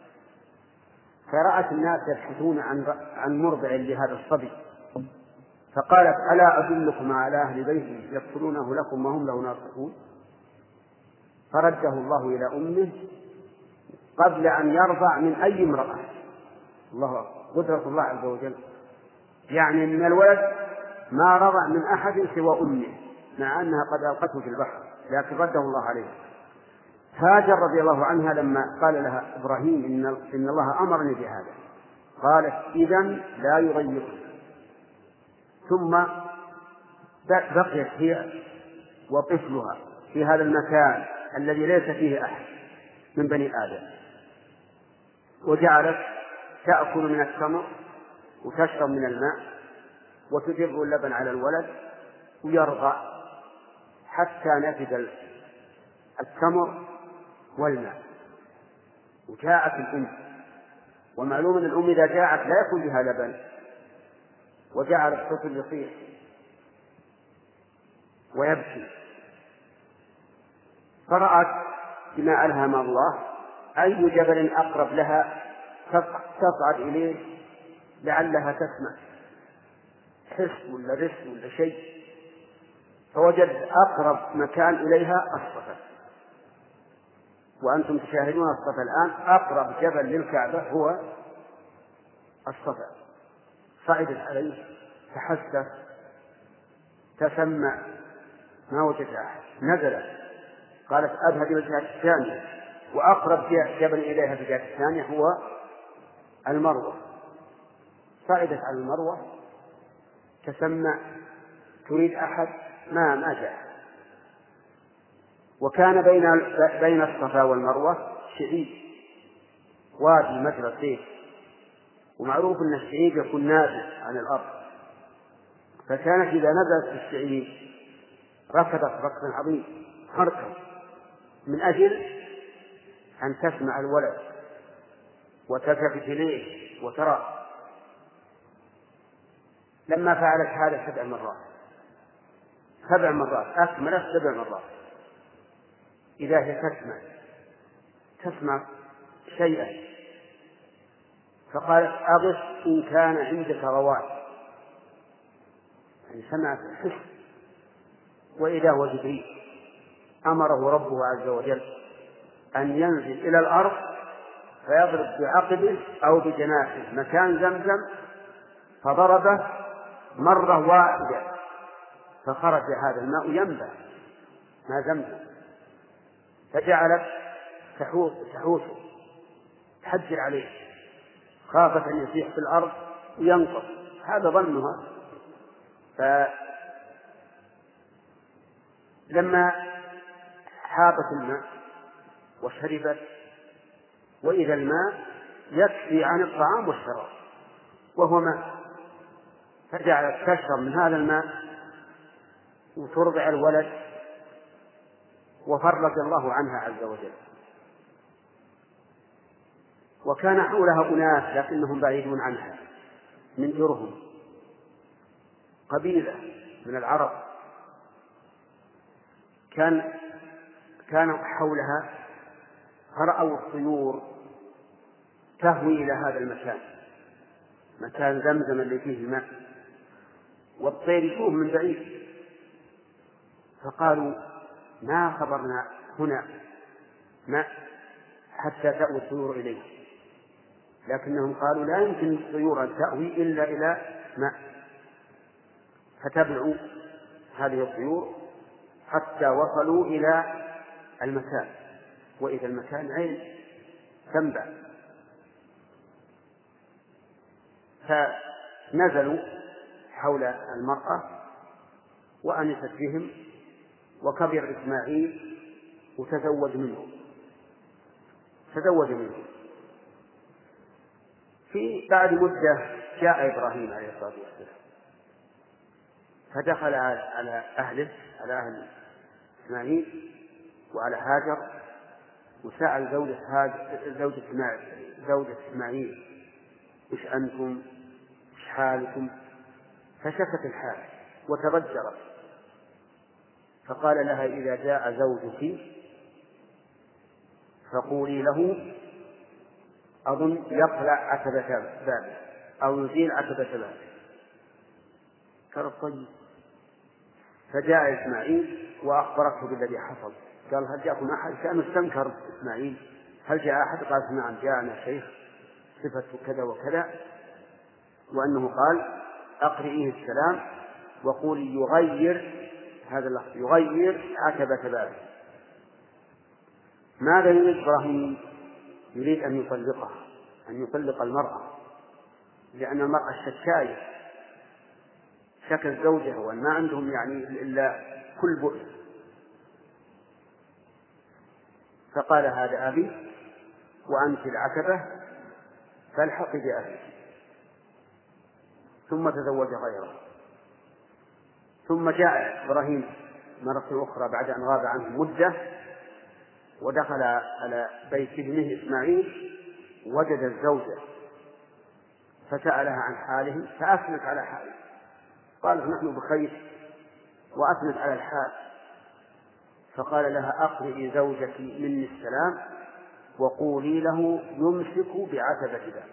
فرأت الناس يبحثون عن مرضع لهذا الصبي، فقالت ألا أدلكم على أهل بيت يقتلونه لكم وهم له ناصحون؟ فرده الله إلى أمه قبل أن يرضع من أي امرأة. الله أكبر، قدرة الله عز وجل، يعني من الولد ما رضع من أحد سوى أمه مع أنها قد ألقته في البحر، لكن رده الله عليه. هاجر رضي الله عنها لما قال لها إبراهيم إن الله أمرني بهذا، قالت إذن لا يضيقن. ثم بقيت هي وطفلها في هذا المكان الذي ليس فيه أحد من بني آدم، وجعلت تأكل من التمر وتشرب من الماء وتدر اللبن على الولد ويرضع حتى نفد التمر والماء. وجاءت الأم، ومعلوم أن الأم إذا جاءت لا يكون بها لبن، وجعل الطفل يصيح ويبكي، فرأت بما ألهم الله أي جبل أقرب لها تصعد إليه لعلها تسمع حس ولا رس ولا شيء، فوجد أقرب مكان إليها الصفا. وأنتم تشاهدون الصفا الآن، أقرب جبل للكعبة هو الصفا. صعدت عليه تحسس تسمع ما وجد أحد، نزلت قالت أذهب إلى الجهة الثانية، وأقرب جبل إليها في الجهة الثانية هو المروة. صعدت على المروة تسمع تريد أحد ما جاء. وكان بين الصفا والمروة شعيب، وادي مجرى سيف، ومعروف أن الشعيب يكون نازل عن الأرض، فكانت إذا نزلت في الشعيب ركضت ركضا عظيما حركة من أجل أن تسمع الولد وتلتفت إليه وترى. لما فعلت هذا 7 مرات، 7 مرات أكملت 7 مرات، إذا هي تسمع شيئا، فقالت أغث إن كان عندك رواد، يعني سمعت الحس. وإذا هو جبريل أمره ربه عز وجل أن ينزل إلى الأرض فيضرب بعقبه أو بجناحه مكان زمزم، فضربه مرة واحدة فخرج هذا الماء ينبع ما زمزم، فجعلت تحوشه تحجر عليه، خافت أن يصيح في الأرض وينقص، هذا ظنها. فلما حاطت الماء وشربت، وإذا الماء يكفي عن الطعام والشراب وهو ماء، فجعلت تشرب من هذا الماء وترضع الولد، وفرج الله عنها عز وجل. وكان حولها أناس لكنهم بعيدون عنها من جرهم، قبيلة من العرب كانوا حولها، فرأوا الطيور تهوي إلى هذا المكان، مكان زمزم اللي فيه الماء، والطير يشوف من بعيد، فقالوا ما خبرنا هنا ماء حتى تأوي الطيور إليه، لكنهم قالوا لا يمكن الطيور أن تأوي إلا إلى ماء، فتبعوا هذه الطيور حتى وصلوا إلى المكان، وإذا المكان عين تنبع، فنزلوا حول المرأة وأنست بهم، وكبر إسماعيل وتزوج منه. في بعد مدة جاء إبراهيم عليه الصلاة والسلام، فدخل على أهله، على أهل إسماعيل وعلى هاجر، وسأل زوجة إسماعيل إيش أنتم، إيش حالكم؟ فشكت الحال وتضجرت، فقال لها إذا جاء زوجك فقولي له أظن يقلع عتبة بابه أو يزيل عتبة بابه. قال طيب. فجاء إسماعيل وأخبرته بالذي حصل، قال هل جاءكم أحد؟ كان استنكر إسماعيل، هل جاء أحد؟ قال نعم جاءنا شيخ صفة كذا وكذا، وأنه قال أقرئيه السلام وقولي يغير، هذا اللفظ يغير عتبة بابه. ماذا يريد إبراهيم؟ يريد أن يطلقها، أن يطلق المرأة، لأن المرأة الشكاية شكل زوجها وأن ما عندهم يعني إلا كل بؤس. فقال هذا أبي وأنت العتبة فالحقي بأبي، ثم تزوج غيره. ثم جاء إبراهيم مرة أخرى بعد أن غاب عنه مدة ودخل على بيت ابنه إسماعيل، وجد الزوجة فسألها عن حاله فأثنت على حاله، قالت نحن بخير، وأثنت على الحال. فقال لها أقرئي زوجك مني السلام وقولي له يمسك بعتبة ذلك.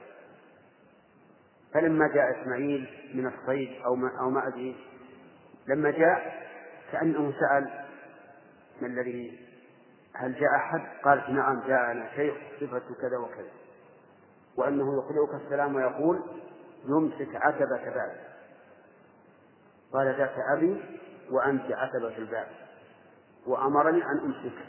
فلما جاء إسماعيل من الصيد أو ما أدري، لما جاء كأنه سأل ما الذي، هل جاء أحد؟ قالت نعم جاءنا شيخ صفة كذا وكذا، وأنه يقرئك السلام ويقول يمسك عتبة باب. قال ذاك أبي وأنت عتبة الباب وأمرني أن أمسك.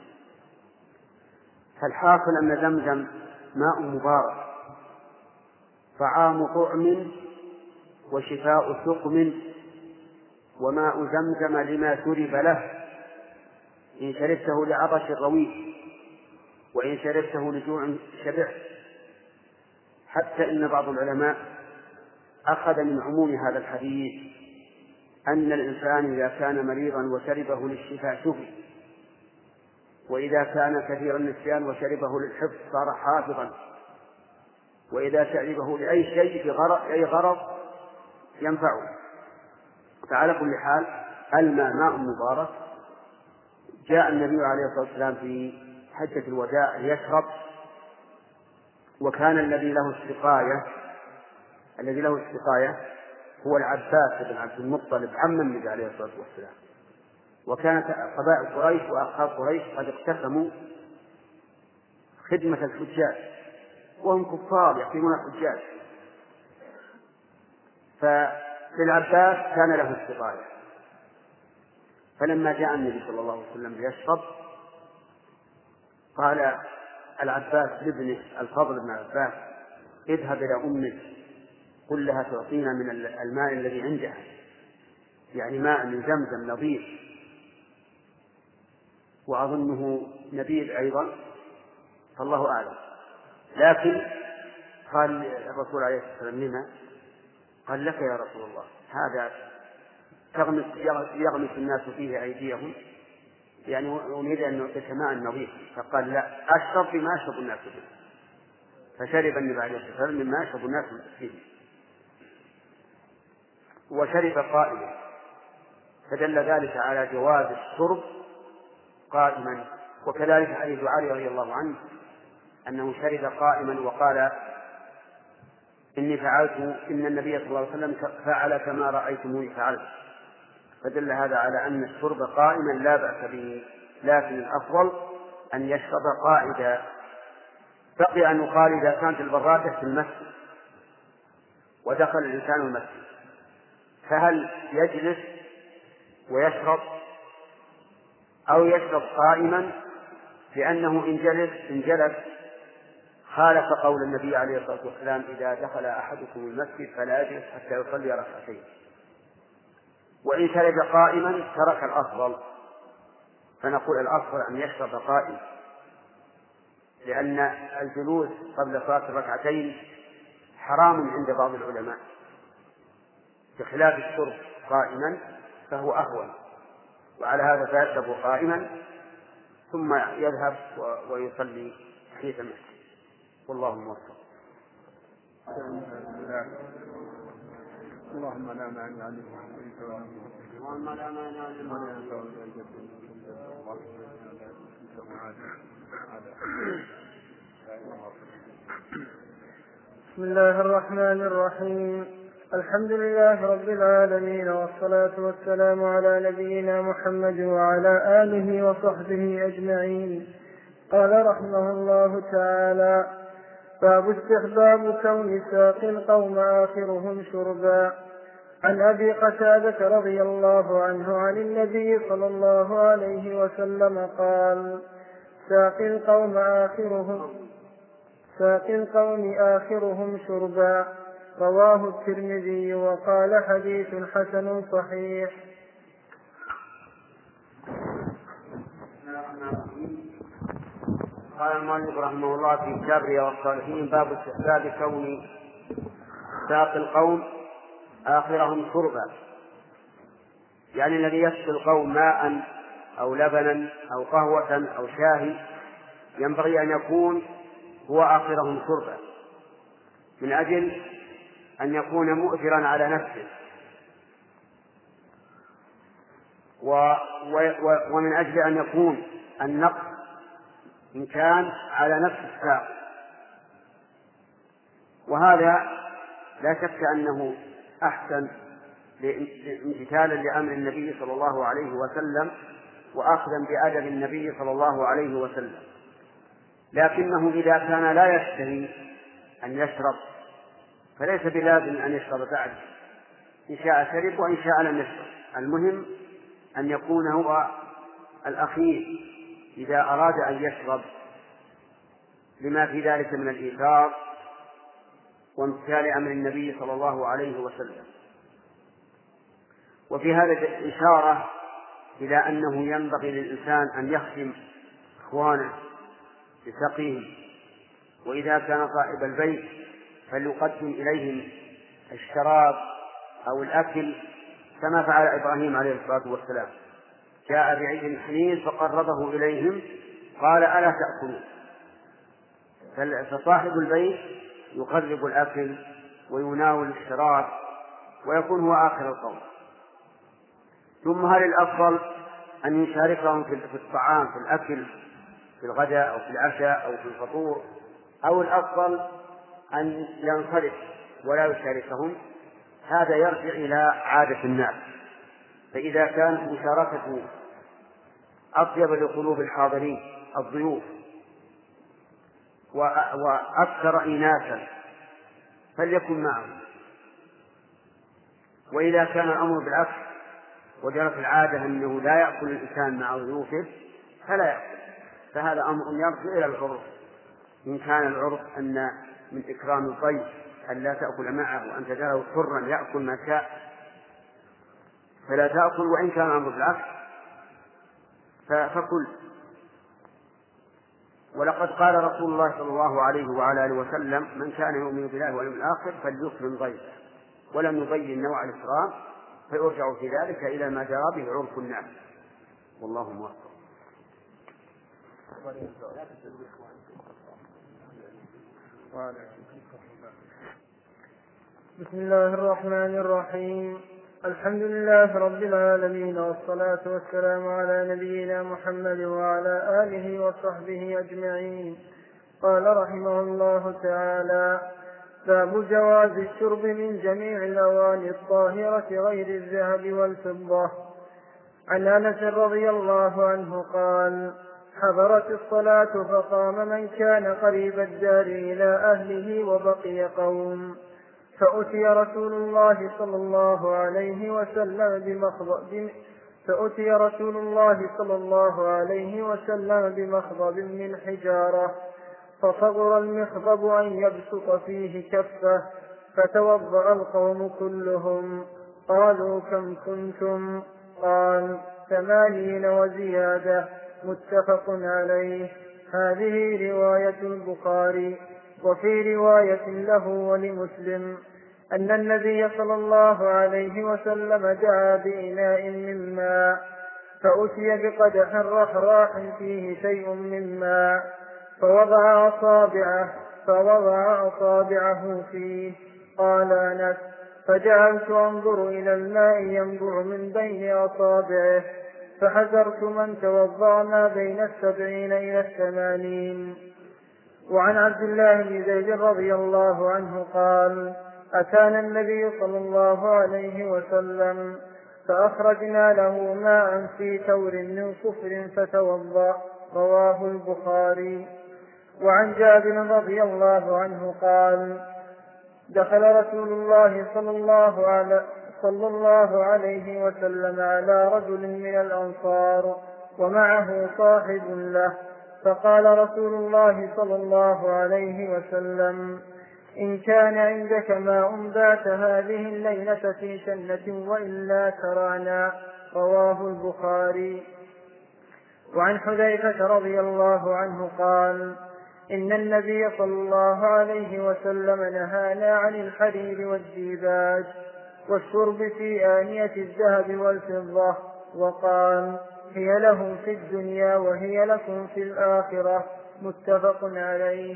فالحاصل أن زمزم ماء مبارك، طعام طعم وشفاء سقم، وماء زمزم لما شرب له، إن شربته لعطش رويح وإن شربته لجوع شبعت. حتى إن بعض العلماء أخذ من عموم هذا الحديث أن الإنسان إذا كان مريضا وشربه للشفاء شفي، وإذا كان كثير النسيان وشربه للحفظ صار حافظا، وإذا شربه لأي شيء لأي غرض ينفعه. فعلى كل حال الماء ماء مبارك. جاء النبي عليه الصلاة والسلام في حجة الوداع ليشرب، وكان الذي له السقاية هو العباس بن عبد المطلب عم النبي عليه الصلاة والسلام. وكانت قبائل قريش وأصحاب قريش قد اقتسموا خدمة الحجاج، وهم كفار يخدمون الحجاج، فالعباس كان له السقاية. فلما جاء النبي صلى الله عليه وسلم ليشرب قال العباس لابنه الفضل بن عباس اذهب إلى أمك قل لها تعطينا من الماء الذي عندها، يعني ماء من زمزم نظيف، وأظنه نبيذ أيضا فالله أعلم. لكن قال الرسول عليه الصلاة والسلام لما؟ قال لك يا رسول الله هذا يغمس الناس فيه أيديهم، يعني أريد أن نعطيك ماء نظيف. فقال لا، أشرب بما يشرب الناس فيه. فشرب النبي عليه الصلاة والسلام مما يشرب الناس فيه، وشرب قائما، فدل ذلك على جواز الشرب قائما. وكذلك حديث علي رضي الله عنه أنه شرب قائما وقال إني فعلت إن النبي صلى الله عليه وسلم فعل كما رأيتموني فعلت. فدل هذا على أن الشرب قائما لا بأس به، لكن الأفضل أن يشرب قائدا. بقي أن يقال إذا كانت البرادة في المسجد ودخل الإنسان المسجد فهل يجلس ويشرب أو يشرب قائما؟ لأنه إن جلس خالف قول النبي عليه الصلاة والسلام إذا دخل أحدكم المسجد فلا يجلس حتى يصلي ركعتين، وإن شرب قائما ترك الأفضل. فنقول الأفضل أن يشرب قائما، لأن الجلوس قبل صلاة الركعتين حرام عند بعض العلماء، بخلاف الشرب قائما فهو أهون. وعلى هذا فيشرب قائما ثم يذهب ويصلي حيث المسجد، والله موفق. اللهم لا مانع لما اللهم لا مانع لما بسم الله الرحمن الرحيم. الحمد لله رب العالمين، والصلاة والسلام على نبينا محمد وعلى آله وصحبه أجمعين. قال رحمه الله تعالى: باب استحباب كون ساقي القوم آخرهم شربا. عن أبي قتادة رضي الله عنه عن النبي صلى الله عليه وسلم قال: ساقي القوم آخرهم شربا. رواه الترمذي وقال حديث حسن صحيح. قال المؤلف رحمه الله في كتاب رياض الصالحين: باب استحباب كون ساق القوم آخرهم شربا، يعني الذي يسقي القوم ماء أو لبنا أو قهوة أو شاهي ينبغي أن يكون هو آخرهم شربا، من أجل أن يكون مؤثرا على نفسه، ومن أجل أن يكون النقص إن كان على نفس الساق. وهذا لا شك أنه أحسن امتثالا لأمر النبي صلى الله عليه وسلم وأخذا بأدب النبي صلى الله عليه وسلم. لكنه إذا كان لا يشتهي أن يشرب فليس بلازم أن يشرب بعد، إن شاء شرب وإن شاء لم يشرب، المهم أن يكون هو الأخير إذا أراد أن يشرب، لما في ذلك من الإيثار وامتثال أمر النبي صلى الله عليه وسلم. وفي هذا إشارة إلى أنه ينبغي للإنسان أن يخدم إخوانه بسقيهم، وإذا كان صاحب البيت فليقدم إليهم الشراب أو الأكل كما فعل إبراهيم عليه الصلاة والسلام، جاء بعجل حنين فقربه إليهم قال: ألا تأكلون؟ فصاحب البيت يقرب الأكل ويناول الشراب ويكون هو آخر القوم. ثم هل الأفضل أن يشاركهم في الطعام، في الأكل، في الغداء أو في العشاء أو في الفطور، أو الأفضل أن ينصرف ولا يشاركهم؟ هذا يرجع إلى عادة الناس، فإذا كانت مشاركته أطيب لقلوب الحاضرين الضيوف وأكثر إناسا فليكن معهم، وإذا كان الأمر بالعكس وجرت العادة أنه لا يأكل الإنسان مع ضيوفه فلا يأكل، فهذا أمر يرجع إلى العرف. إن كان العرف أن من إكرام الضيف أن لا تأكل معه وأن تجعله حرا يأكل ما شاء فلا تأكل، وإن كان الأمر بالعكس فكل. ولقد قال رسول الله صلى الله عليه وعلى آله وسلم: من كان يؤمن بالله واليوم الآخر فليكرم ضيفه، ولم يبين نوع الإكرام، فيرجع في ذلك إلى ما جرى به عرف الناس، والله موفق. بسم الله الرحمن الرحيم. الحمد لله رب العالمين، والصلاة والسلام على نبينا محمد وعلى آله وصحبه أجمعين. قال رحمه الله تعالى: باب جواز الشرب من جميع الأواني الطاهرة غير الذهب والفضة. عن أنس رضي الله عنه قال: حضرت الصلاة فقام من كان قريب الدار إلى أهله وبقي قوم، فأتي رسول الله صلى الله عليه وسلم بمخضب من حجارة، فصغر المخضب أن يبسط فيه كفه، فتوضأ القوم كلهم. قالوا: كم كنتم؟ قال: 80 وزيادة. متفق عليه. هذه رواية البخاري. وفي رواية له ولمسلم أن النبي صلى الله عليه وسلم دعا بإناء من ماء، فأتي بقدح رحراح فيه شيء من ماء، فوضع أصابعه فيه. قال أنس: فجعلت أنظر إلى الماء ينبع من بين أصابعه، فحذرت من توضأ ما بين 70 إلى 80. وعن عبد الله بن زيد رضي الله عنه قال: أتانا النبي صلى الله عليه وسلم فأخرجنا له ماء في تور من صفر فتوضأ. رواه البخاري. وعن جابر رضي الله عنه قال: دخل رسول الله صلى الله عليه وسلم على رجل من الأنصار ومعه صاحب له، فقال رسول الله صلى الله عليه وسلم: إن كان عندك ماء بات هذه الليلة في جنة وإلا ترانا. رواه البخاري. وعن حذيفة رضي الله عنه قال: إن النبي صلى الله عليه وسلم نهانا عن الحرير والديباج والشرب في آنية الذهب والفضة، وقال: هي لهم في الدنيا وهي لكم في الآخرة. متفق عليه.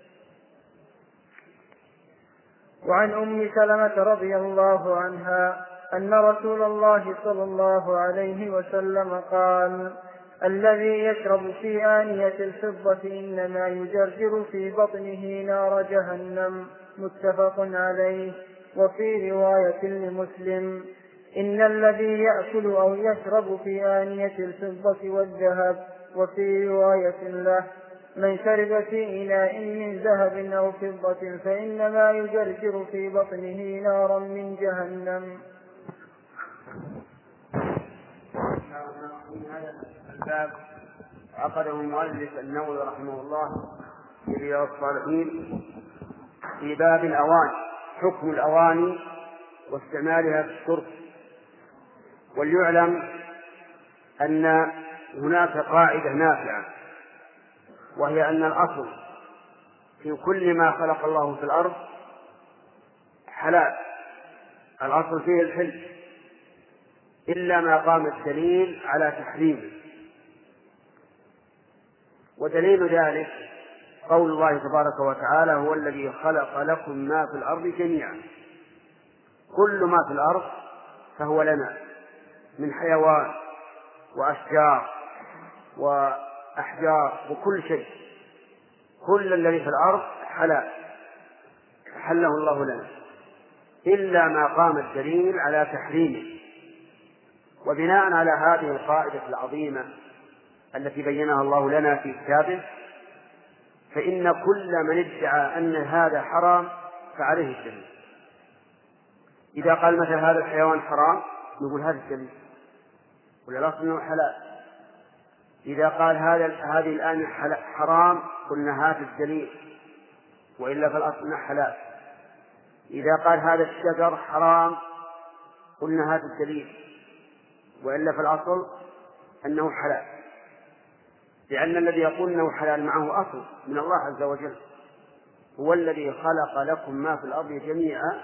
وعن أم سلمة رضي الله عنها أن رسول الله صلى الله عليه وسلم قال: الذي يشرب في آنية الفضة إنما يجرجر في بطنه نار جهنم. متفق عليه. وفي رواية لمسلم: إن الذي يأكل أو يشرب في آنية الفضة والذهب. وفي رواية له: من شرب في إناء من ذهب أو فضة فإنما يجرجر في بطنه نارا من جهنم. الباب عقده المؤلف النووي رحمه الله في رياض الصالحين في باب الأواني، حكم الأواني واستعمالها في الشرب. وليعلم أن هناك قاعدة نافعة، وهي أن الأصل في كل ما خلق الله في الأرض حلال، الأصل فيه الحل، إلا ما قام الدليل على تحريمه. ودليل ذلك قول الله تبارك وتعالى: هو الذي خلق لكم ما في الأرض جميعا. كل ما في الأرض فهو لنا من حيوان وأشجار وأحجار وكل شيء، كل الذي في الأرض حلال حله الله لنا، إلا ما قام الدليل على تحريمه. وبناء على هذه القاعدة العظيمة التي بينها الله لنا في كتابه، فإن كل من ادعى أن هذا حرام فعليه الدليل. إذا قال مثل هذا الحيوان حرام نقول هذا الدليل، والأصل أنه حلال. إذا قال هذه الآن حرام قلنا هذا الدليل، وإلا فالأصل أنه حلال. إذا قال هذا الشجر حرام قلنا هذا الدليل، وإلا فالأصل أنه حلال، لأن الذي يقول أنه حلال معه أصل من الله عز وجل. هو الذي خلق لكم ما في الأرض جميعا،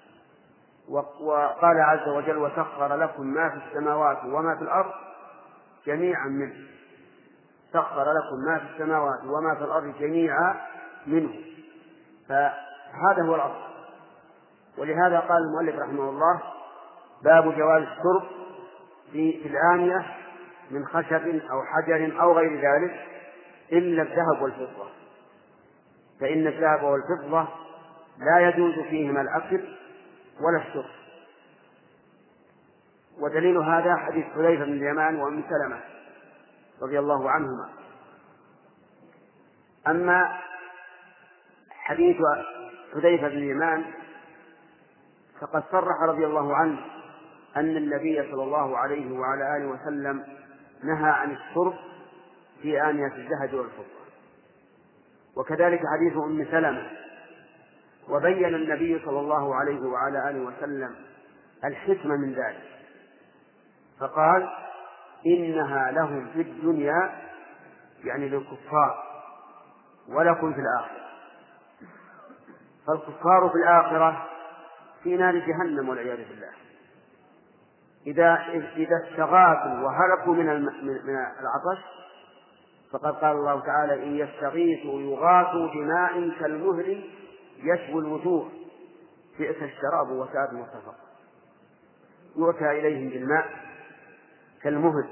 وقال عز وجل: وسخر لكم ما في السماوات وما في الأرض جميعا منه. سخر لكم ما في السماوات وما في الأرض جميعا منه، فهذا هو الأصل. ولهذا قال المؤلف رحمه الله: باب جواز الشرب في الآنية من خشب أو حجر أو غير ذلك إلا الذهب والفضة، فإن الذهب والفضة لا يجوز فيهما الأكل ولا الشرب. ودليل هذا حديث حذيفة بن اليمان وأم سلمة رضي الله عنهما. أما حديث حذيفة بن اليمان فقد صرح رضي الله عنه أن النبي صلى الله عليه وعلى آله وسلم نهى عن الشرب في آنية الذهب والفضة. وكذلك حديث أم سلمة. وبين النبي صلى الله عليه وعلى آله وسلم الحكمة من ذلك، فقال: إنها لهم في الدنيا، يعني للكفار، ولكم في الآخرة. فالكفار في الآخرة في نار جهنم والعياذ بالله. إذا استغاثوا وهلكوا من العطش، فقد قال الله تعالى: إن يستغيثوا يغاثوا بماء كالمهل يشوي الوجوه بئس الشراب وساءت مرتفقا. يؤتى إليهم بالماء كالمهل،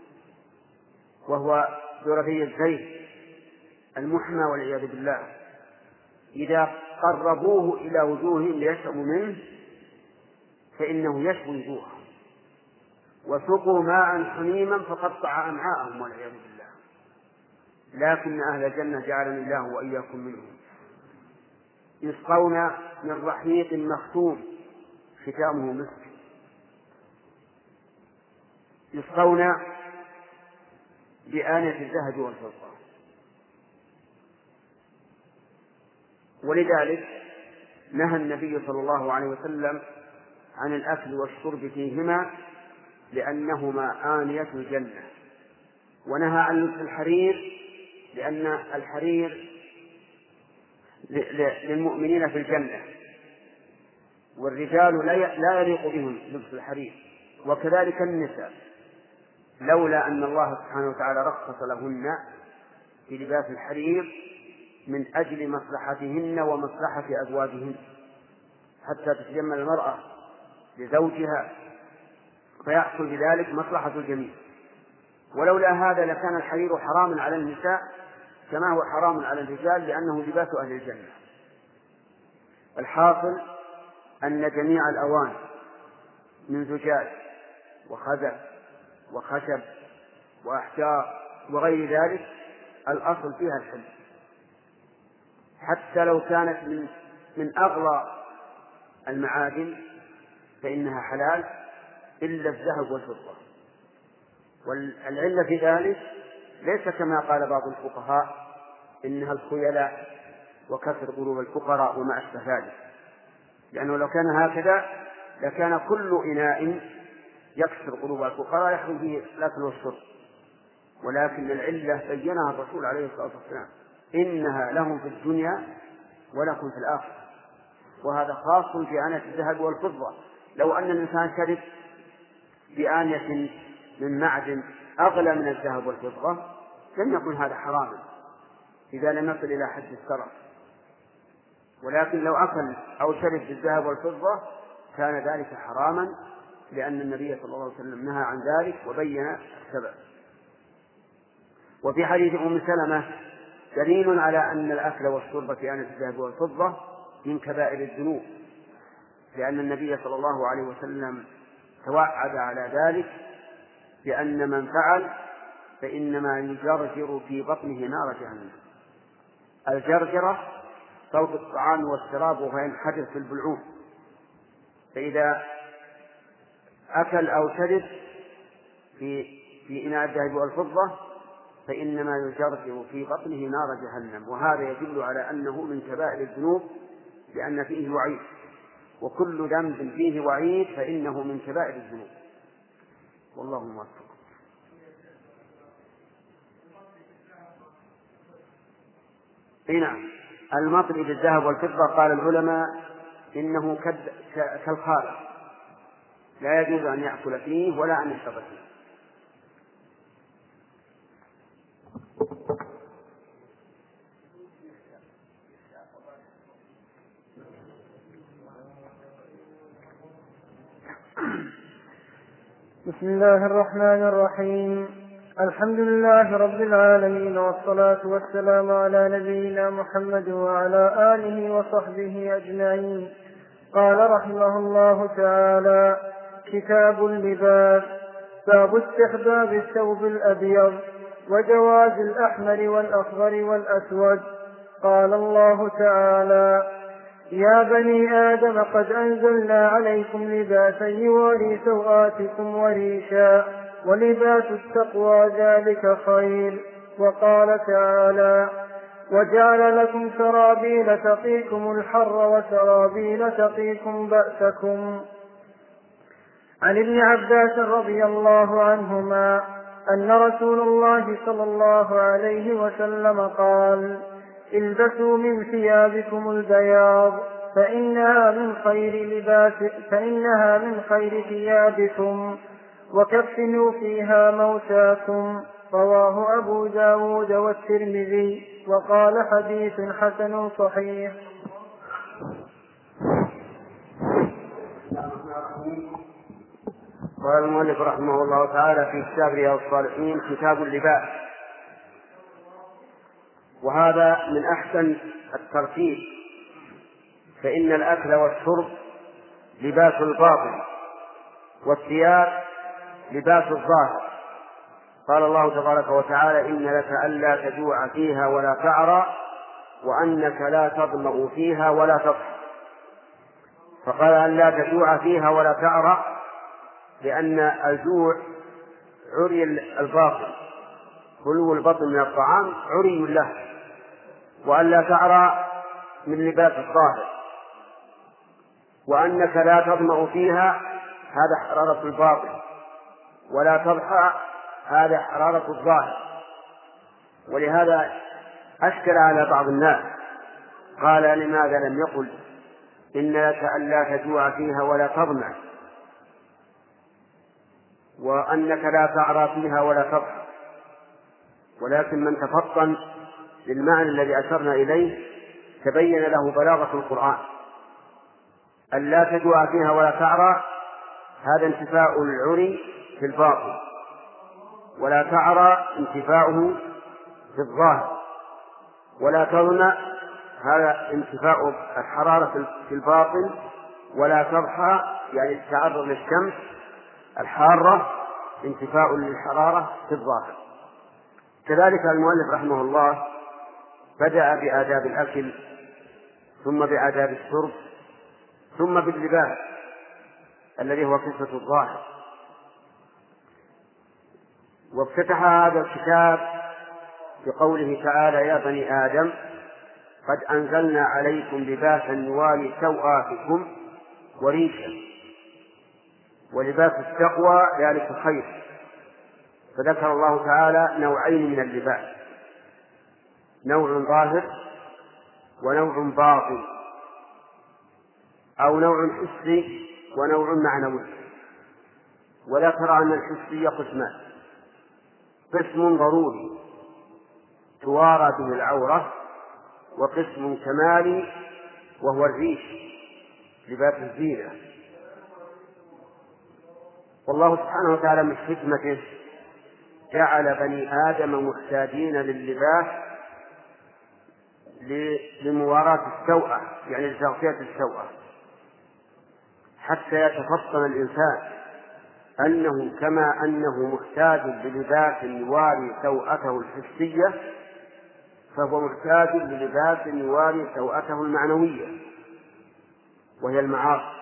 وهو ذربي الزيت المحمى والعياذ بالله، إذا قربوه إلى وجوههم ليشربوا منه فإنه يشوي وجوههم. وسقوا ماء حميما فقطع أمعاءهم والعياذ بالله. لكن أهل الجنة جعلني الله وإياكم منهم. يسقون من رحيق مختوم ختامه مسك. يسقون بآنية الذهب والفضة. ولذلك نهى النبي صلى الله عليه وسلم عن الأكل والشرب فيهما لأنهما آنية الجنة، ونهى عن لبس الحرير لأن الحرير للمؤمنين في الجنة، والرجال لا يليق بهم لبس الحرير، وكذلك النساء، لولا أن الله سبحانه وتعالى رخص لهن في لباس الحرير من أجل مصلحتهن ومصلحة أزواجهن، حتى تتجمل المرأة لزوجها فيحصل بذلك مصلحة الجميع. ولولا هذا لكان الحرير حراما على النساء كما هو حرام على الرجال، لأنه لباس أهل الجنة. الحاصل أن جميع الأواني من زجاج وخزف وخشب وأحجار وغير ذلك الأصل فيها الحل، حتى لو كانت من أغلى المعادن فإنها حلال إلا الذهب والفضة. والعلة في ذلك ليس كما قال بعض الفقهاء إنها الخيلاء وكسر قلوب الفقراء وما أشبه ذلك، لأنه لو كان هكذا لكان كل إناء يكسر قلوب الفقراء يحرم فيه الأكل والشرب، ولكن العلة بينها الرسول عليه الصلاة والسلام: إنها لهم في الدنيا ولكم في الآخرة. وهذا خاص بآنية الذهب والفضة. لو أن الإنسان شرب بآنية من معدن أغلى من الذهب والفضة لم يكن هذا حراما إذا لم يصل إلى حد السرف، ولكن لو أكل أو شرب بالذهب والفضة كان ذلك حراما، لأن النبي صلى الله عليه وسلم نهى عن ذلك وبين السبب. وفي حديث أم سلمة دليل على أن الأكل والشرب في آنية الذهب والفضة من كبائر الذنوب، لأن النبي صلى الله عليه وسلم توعد على ذلك بأن من فعل فإنما يجرجر في بطنه نار جهنم. الجرجرة صوت الطعام والشراب وهو ينحدر في البلعوم، فإذا أكل أو شرب في إناء الذهب والفضة فإنما يجرجر في بطنه نار جهنم. وهذا يدل على أنه من كبائر الذنوب لأن فيه وعيد، وكل ذنب فيه وعيد فإنه من كبائر الذنوب. والله موفق. نعم، المطلي بالذهب والفضة قال العلماء إنه كالخالق، لا يجوز أن يأكل فيه ولا أن يشرب فيه. بسم الله الرحمن الرحيم. الحمد لله رب العالمين، والصلاة والسلام على نبينا محمد وعلى آله وصحبه أجمعين. قال رحمه الله تعالى: كتاب اللباس. باب استحباب الثوب الأبيض وجواز الأحمر والأصفر والأسود. قال الله تعالى: يا بني آدم قد أنزلنا عليكم لباسا يواري سوآتكم وريشا ولباس التقوى ذلك خير. وقال تعالى: وجعل لكم سرابيل تقيكم الحر وسرابيل تقيكم بأسكم. عن ابن عباس رضي الله عنهما أن رسول الله صلى الله عليه وسلم قال: البسوا من ثيابكم البياض فإنها من خير ثيابكم، وكفنوا فيها موتاكم. رواه أبو داود والترمذي، وقال حديث حسن صحيح. قال المؤلف رحمه الله تعالى في كتاب رياض الصالحين: كتاب اللباس. وهذا من أحسن الترتيب، فإن الأكل والشرب لباس الباطن، والثياب لباس الظاهر. قال الله تبارك وتعالى: إن لك ألا تجوع فيها ولا تعرى وأنك لا تظمأ فيها ولا تضحى. فقال ألا تجوع فيها ولا تعرى لأن الجوع عري الباطن، خلو البطن من الطعام عري له، وألا تعرى من لباس الظاهر، وأنك لا تظمأ فيها هذا حرارة الباطن، ولا تضحى هذا حرارة الظاهر. ولهذا أشكل على بعض الناس، قال لماذا لم يقل إن لك ألا تجوع فيها ولا تظمأ، وأنك لا تعرى فيها ولا تضحى؟ ولكن من تفطن للمعنى الذي أشرنا إليه تبين له بلاغة القرآن. ألا تجوع فيها ولا تعرى هذا انتفاء العري في الباطن، ولا تعرى انتفاؤه في الظاهر، ولا تظمأ هذا انتفاء الحرارة في الباطن، ولا تضحى يعني التعرض للشمس الحارة انتفاء للحرارة في الظاهر. كذلك المؤلف رحمه الله بدأ بآداب الأكل، ثم بآداب الشرب، ثم باللباس الذي هو كسوة الظاهر. وافتتح هذا الكتاب بقوله تعالى: يا بني آدم قد أنزلنا عليكم لباسا يواري سوآتكم وريشا، ولباس التقوى ذلك خير. فذكر الله تعالى نوعين من اللباس: نوع ظاهر ونوع باطن، أو نوع حسي ونوع معنوي. وذكر أن الحسي قسمان: قسم ضروري توارى به العورة، وقسم كمالي وهو الريش لباس الزينة. والله سبحانه وتعالى من حكمته جعل بني آدم محتاجين لللباس لمواراة السوءة، يعني لتغطية السوءة، حتى يتفطن الإنسان أنه كما أنه محتاج للباس يواري سوءته الحسية، فهو محتاج للباس يواري سوءته المعنوية وهي المعاصي.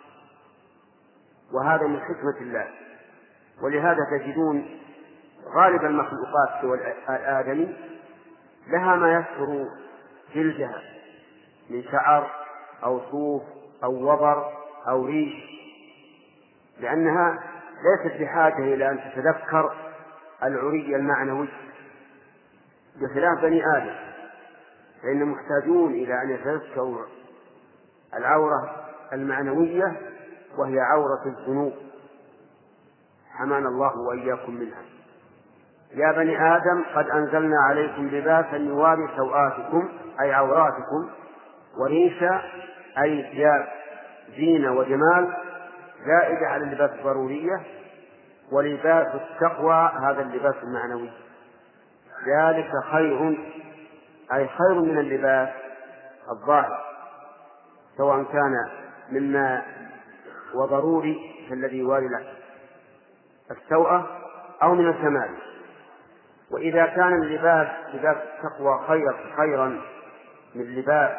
وهذا من حكمة الله. ولهذا تجدون غالب المخلوقات سوى الآدمي لها ما يستر جلدها من شعر أو صوف أو وبر أو ريش، لأنها ليست بحاجة إلى أن تتذكر العري المعنوي، بخلاف بني آدم فإنهم محتاجون إلى أن يتذكروا العورة المعنوية وهي عورة الذنوب، حمانا الله وإياكم منها. يا بني آدم قد أنزلنا عليكم لباسا يواري سوآتكم أي عوراتكم، وريشا أي ثياب زينة وجمال زائدة على اللباس الضرورية، ولباس التقوى هذا اللباس المعنوي. ذلك خير أي خير من اللباس الظاهر، سواء كان مما وضروري كالذي يواري السوءة أو من الكمال. وإذا كان اللباس لباس التقوى خيرا من لباس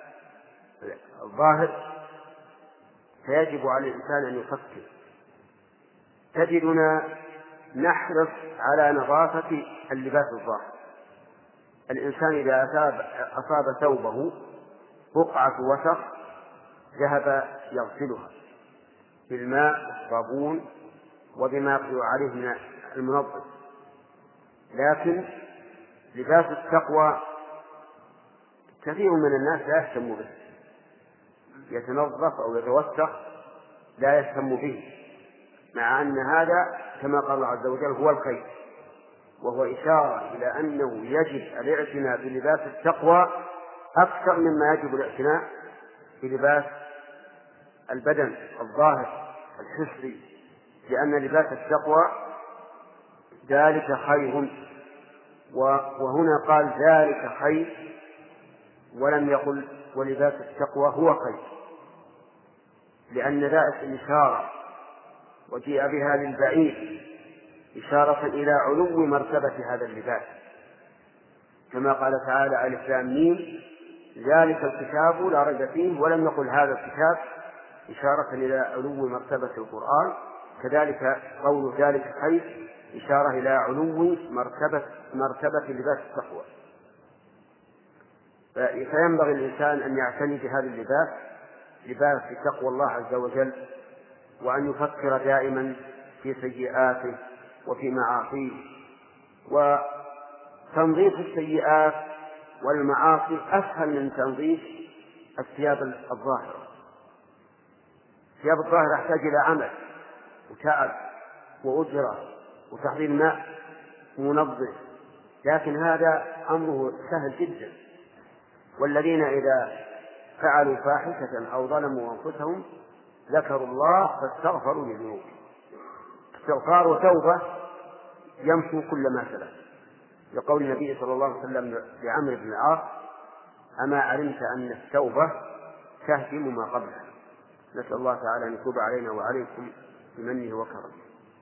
الظاهر فيجب على الإنسان أن يفكر. تجدنا نحرص على نظافة اللباس الظاهر. الإنسان إذا أصاب ثوبه بقعة وسخ ذهب يغسلها بالماء والصابون وبما يقع عليه من المنظف. لكن لباس التقوى كثير من الناس لا يهتم به، يتنظف أو يتوسخ لا يهتم به، مع أن هذا كما قال الله عز وجل هو الخير، وهو إشارة إلى أنه يجب الاعتناء بلباس التقوى أكثر مما يجب الاعتناء بلباس البدن الظاهر الحسي، لأن لباس التقوى ذلك خير. وهنا قال ذلك خير ولم يقل ولباس التقوى هو خير، لأن ذلك الإشارة وجيء بها للبعيد إشارة إلى علو مرتبة هذا اللباس، كما قال تعالى: ألف لام ميم ذلك الكتاب لا ريب فيه، ولم يقل هذا الكتاب إشارة إلى علو مرتبة القرآن. كذلك قول ذلك خير إشارة إلى علو مرتبة لباس التقوى. فينبغي الإنسان أن يعتني بهذا اللباس لباس تقوى الله عز وجل، وأن يفكر دائما في سيئاته وفي معاصيه. وتنظيف السيئات والمعاصي أسهل من تنظيف الثياب الظاهرة. الثياب الظاهرة تحتاج إلى عمل وتعب وأجرة وتحضير ماء ومنظف، لكن هذا أمره سهل جدا. والذين إذا فعلوا فاحشة أو ظلموا أنفسهم ذكروا الله فاستغفروا لذنوبهم. استغفار وتوبة يمحو كل ما سلف، لقول النبي صلى الله عليه وسلم لعمرو بن العاص: أما علمت أن التوبة تهدم ما قبلها. نسأل الله تعالى أن يتوب علينا وعليكم بمنه وكرمه.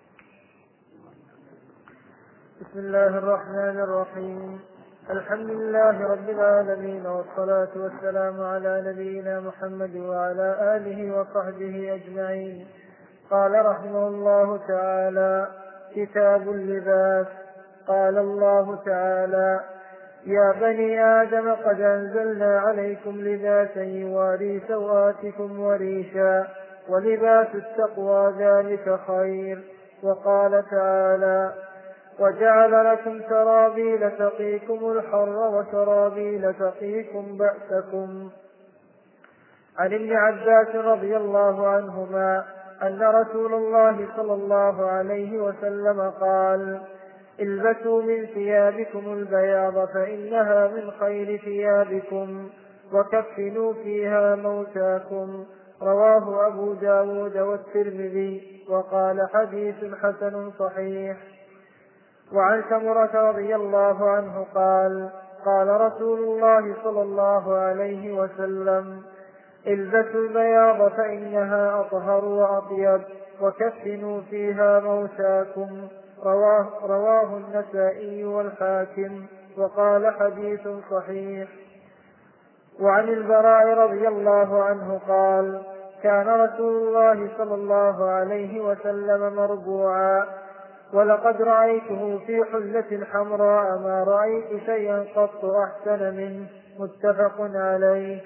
بسم الله الرحمن الرحيم. الحمد لله رب العالمين، والصلاة والسلام على نبينا محمد وعلى آله وصحبه أجمعين. قال رحمه الله تعالى: كتاب اللباس. قال الله تعالى: يا بني آدم قد أنزلنا عليكم لباسا يواري سوآتكم وريشا ولباس التقوى ذلك خير. وقال تعالى: وجعل لكم سرابيل تقيكم الحر وسرابيل تقيكم بأسكم. عن ابن عباس رضي الله عنهما أن رسول الله صلى الله عليه وسلم قال: البسوا من ثيابكم البياض فإنها من خير ثيابكم، وكفنوا فيها موتاكم. رواه أبو داود والترمذي، وقال: حديث حسن صحيح. وعن سمرة رضي الله عنه قال: قال رسول الله صلى الله عليه وسلم: البسوا البياض فإنها أطهر وأطيب، وكفنوا فيها موتاكم. رواه النسائي والحاكم، وقال: حديث صحيح. وعن البراء رضي الله عنه قال: كان رسول الله صلى الله عليه وسلم مربوعا، ولقد رأيته في حلة حمراء ما رأيت شيئا قط أحسن منه. متفق عليه.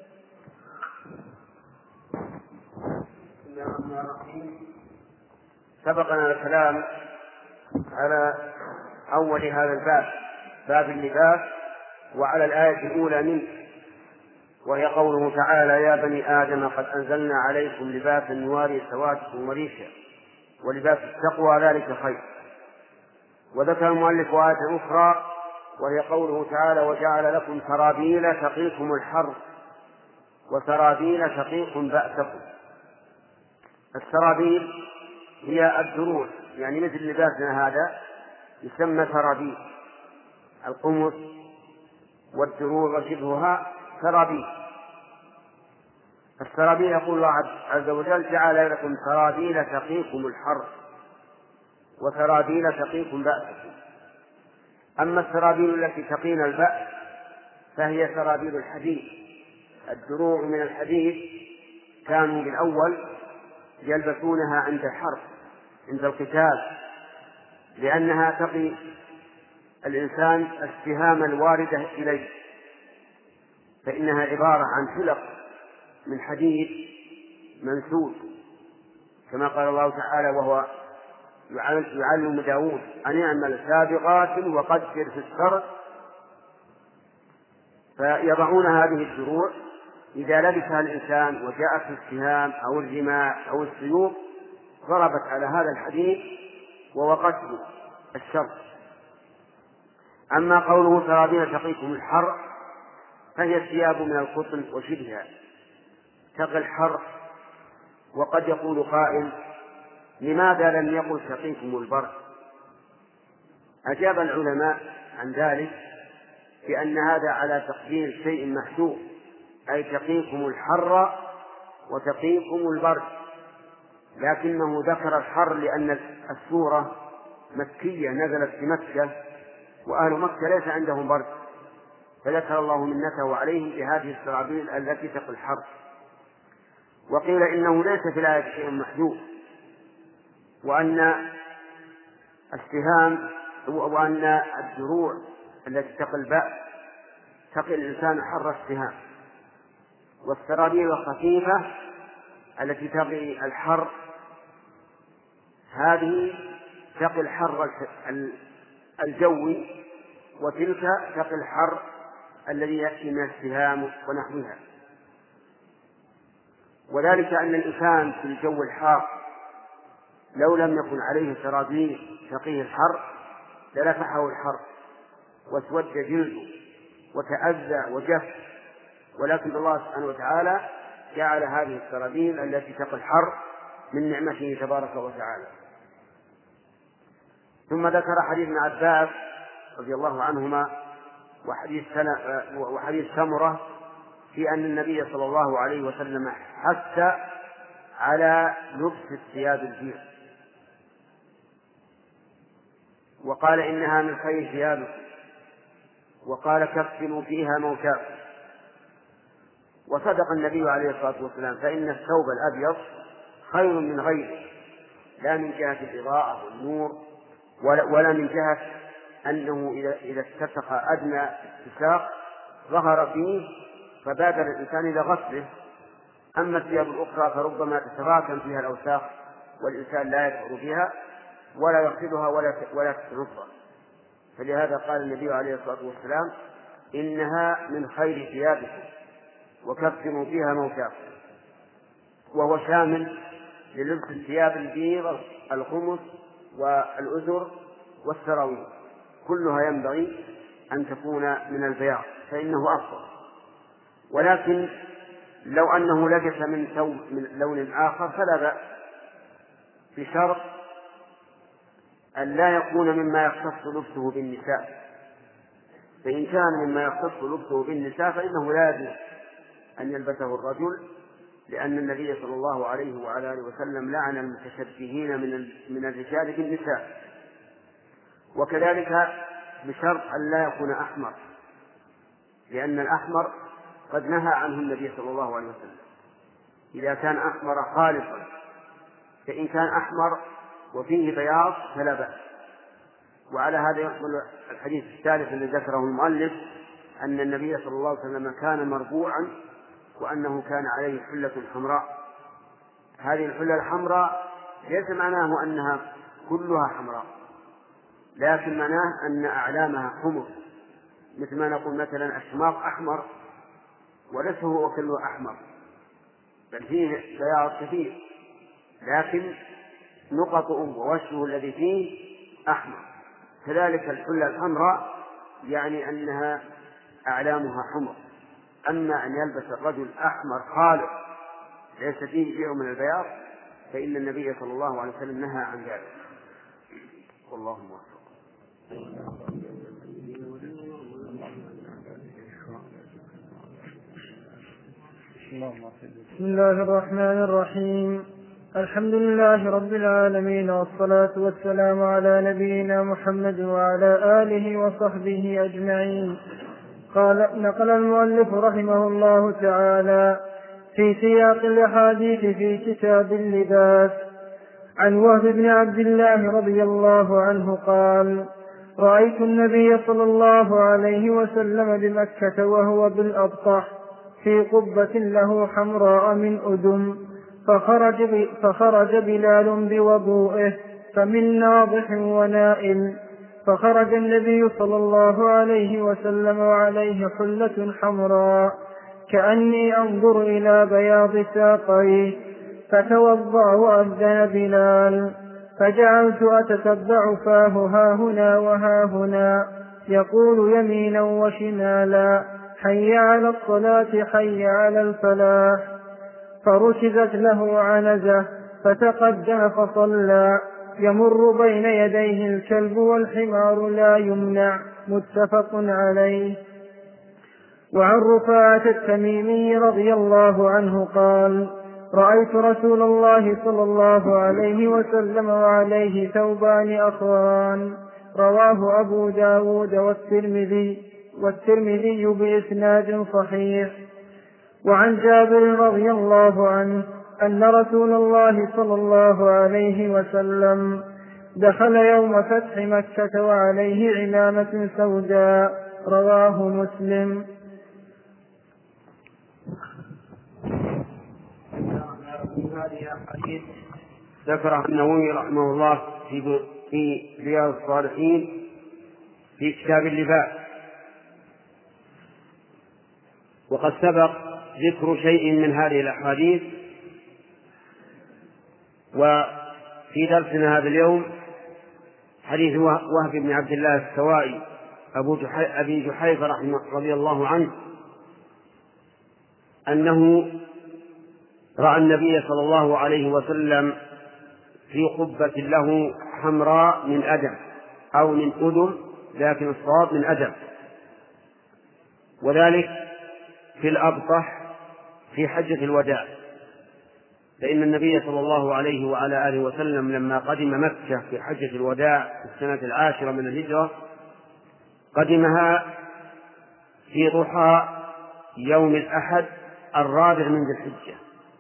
سبقنا الكلام على أول هذا الباب، باب اللباس، وعلى الآية الأولى منه، وهي قوله تعالى: يا بني آدم قد أنزلنا عليكم لباسا يواري سواتكم وريشا ولباس التقوى ذلك خير. وذكر المؤلف آية أخرى وهي قوله تعالى: وجعل لكم سرابيل تقيكم الحر وسرابيل تقيكم بأسكم. السرابيل هي الدروع، يعني مثل لباسنا هذا يسمى سرابيل، القمص والدروع وشبهها سرابيل. السرابيل يقول الله عز وجل: جعل لكم سرابيل تقيكم الحر وسرابيل تقيكم بأسكم. أما السرابيل التي تقينا البأس فهي سرابيل الحديد. الدروع من الحديد كانوا بالأول يلبسونها عند الحرب، عند القتال، لأنها تقي الإنسان السهام الواردة إليه، فإنها عبارة عن حلق من حديد منسوج، كما قال الله تعالى وهو يعلم داود: أن يعمل سابغات وقدر في السرد. فيضعون هذه الدروع إذا لبسها الإنسان وجاءت السهام أو الرماح أو السيوف ضربت على هذا الحديد ووقته الشر. أما قوله سرابيل تقيكم الحر فهي الثياب من القطن وشبهها تقي الحر. وقد يقول قائل: لماذا لم يقل تقيكم البرد؟ أجاب العلماء عن ذلك بأن هذا على تقدير شيء محذوف، أي تقيكم الحر وتقيكم البرد، لكنه ذكر الحر لأن السورة مكية نزلت في مكة، وأهل مكة ليس عندهم برد، فذكر الله منته عليهم بهذه السرابيل التي تقي الحر. وقيل إنه ليس في الآية شيء محذوف، وأن السهام وأن الدروع التي تقي البأس تقي الإنسان حر السهام، والسرابيل الخفيفة التي تقي الحر هذه تقي الحر الجوي، وتلك تقي الحر الذي يأتي من السهام ونحوها. وذلك أن الإنسان في الجو الحار لو لم يكن عليه سرابيل تقيه الحر للفحه الحر واسود جلده وتأذى وجف، ولكن الله سبحانه وتعالى جعل هذه السرابيل التي تقي الحر من نعمته تبارك وتعالى. ثم ذكر حديث ابن عباس رضي الله عنهما وحديث سمرة في أن النبي صلى الله عليه وسلم حث على لبس الثياب البيض، وقال إنها من خير ثيابكم، وقال كفنوا فيها موتاكم. وصدق النبي عليه الصلاة والسلام، فإن الثوب الأبيض خير من غيره، لا من جهة الإضاءة والنور ولا من جهة أنه إذا اتسق أدنى اتساق ظهر فيه فبادر الإنسان إلى غسله. أما الثياب الأخرى فربما تتراكم فيها الأوساخ والإنسان لا يشعر بها ولا يغسلها ولا تتنظف. فلهذا قال النبي عليه الصلاة والسلام إنها من خير ثيابكم وكفنوا فيها موتاكم، وهو شامل للبس الثياب البيض الخمس والأزر والسراويل، كلها ينبغي أن تكون من البياض فإنه أفضل. ولكن لو أنه لبس من ثوب من لون آخر فلا بأس، بشرط أن لا يكون مما يختص لبسه بالنساء. فإن كان مما يختص لبسه بالنساء فإنه لا يجوز أن يلبسه الرجل، لأن النبي صلى الله عليه وعلى آله وسلم لعن المتشبهين من الرجال بالنساء. وكذلك بشرط أن لا يكون أحمر، لأن الأحمر قد نهى عنه النبي صلى الله عليه وسلم إذا كان أحمر خالصا. فإن كان أحمر وفيه بياض فلا بأس. وعلى هذا يحمل الحديث الثالث الذي ذكره المؤلف أن النبي صلى الله عليه وسلم كان مربوعا وأنه كان عليه حلة حمراء. هذه الحلة الحمراء ليس معناه أنها كلها حمراء، لكن معناه أن أعلامها حمر، مثل ما نقول مثلا الشماغ أحمر وليس هو كله أحمر، بل فيه بياض كثير، لكن نقطه ووجهه الذي فيه أحمر. كذلك الحلة الحمراء يعني أنها أعلامها حمر. أما أن يلبس الرجل أحمر خالص ليس فيه شيء من البياض فإن النبي صلى الله عليه وسلم نهى عن ذلك. والله موفق. بسم الله الرحمن الرحيم. الحمد لله رب العالمين، والصلاة والسلام على نبينا محمد وعلى آله وصحبه أجمعين. نقل المؤلف رحمه الله تعالى في سياق الأحاديث في كتاب اللباس عن وهب بن عبد الله رضي الله عنه قال: رأيت النبي صلى الله عليه وسلم بمكة وهو بالأبطح في قبة له حمراء من أدم، فخرج بلال بوضوئه فمن ناضح ونائل، فخرج النبي صلى الله عليه وسلم وعليه حلة حمراء كأني أنظر إلى بياض ساقيه، فتوضأ وأذن بلال، فجعلت أتتبع فاه هاهنا وهاهنا يقول يمينا وشمالا: حي على الصلاة حي على الفلاح. فركزت له عنزة فتقدم فصلى، يمر بين يديه الكلب والحمار لا يمنع، متفق عليه. وعن رفاعة التميمي رضي الله عنه قال: رأيت رسول الله صلى الله عليه وسلم وعليه ثوبان أخضران، رواه أبو داود والترمذي بإسناد صحيح. وعن جابر رضي الله عنه أن رسول الله صلى الله عليه وسلم دخل يوم فتح مكة وعليه عمامة سوداء، رواه مسلم. هذه الأحاديث ذكرها النووي رحمه الله في رياض الصالحين في كتاب اللباس، وقد سبق ذكر شيء من هذه الأحاديث. وفي درسنا هذا اليوم حديث وهب بن عبد الله السوائي أبي جحيفة رضي الله عنه أنه رأى النبي صلى الله عليه وسلم في قبة له حمراء من أدم أو من أذن، لكن الصواب من أدم، وذلك في الأبطح في حجة الوداع. فإن النبي صلى الله عليه وعلى آله وسلم لما قدم مكة في حجة الوداع في السنة 10 من الهجرة قدمها في ضحى يوم الأحد 4 من ذي الحجة،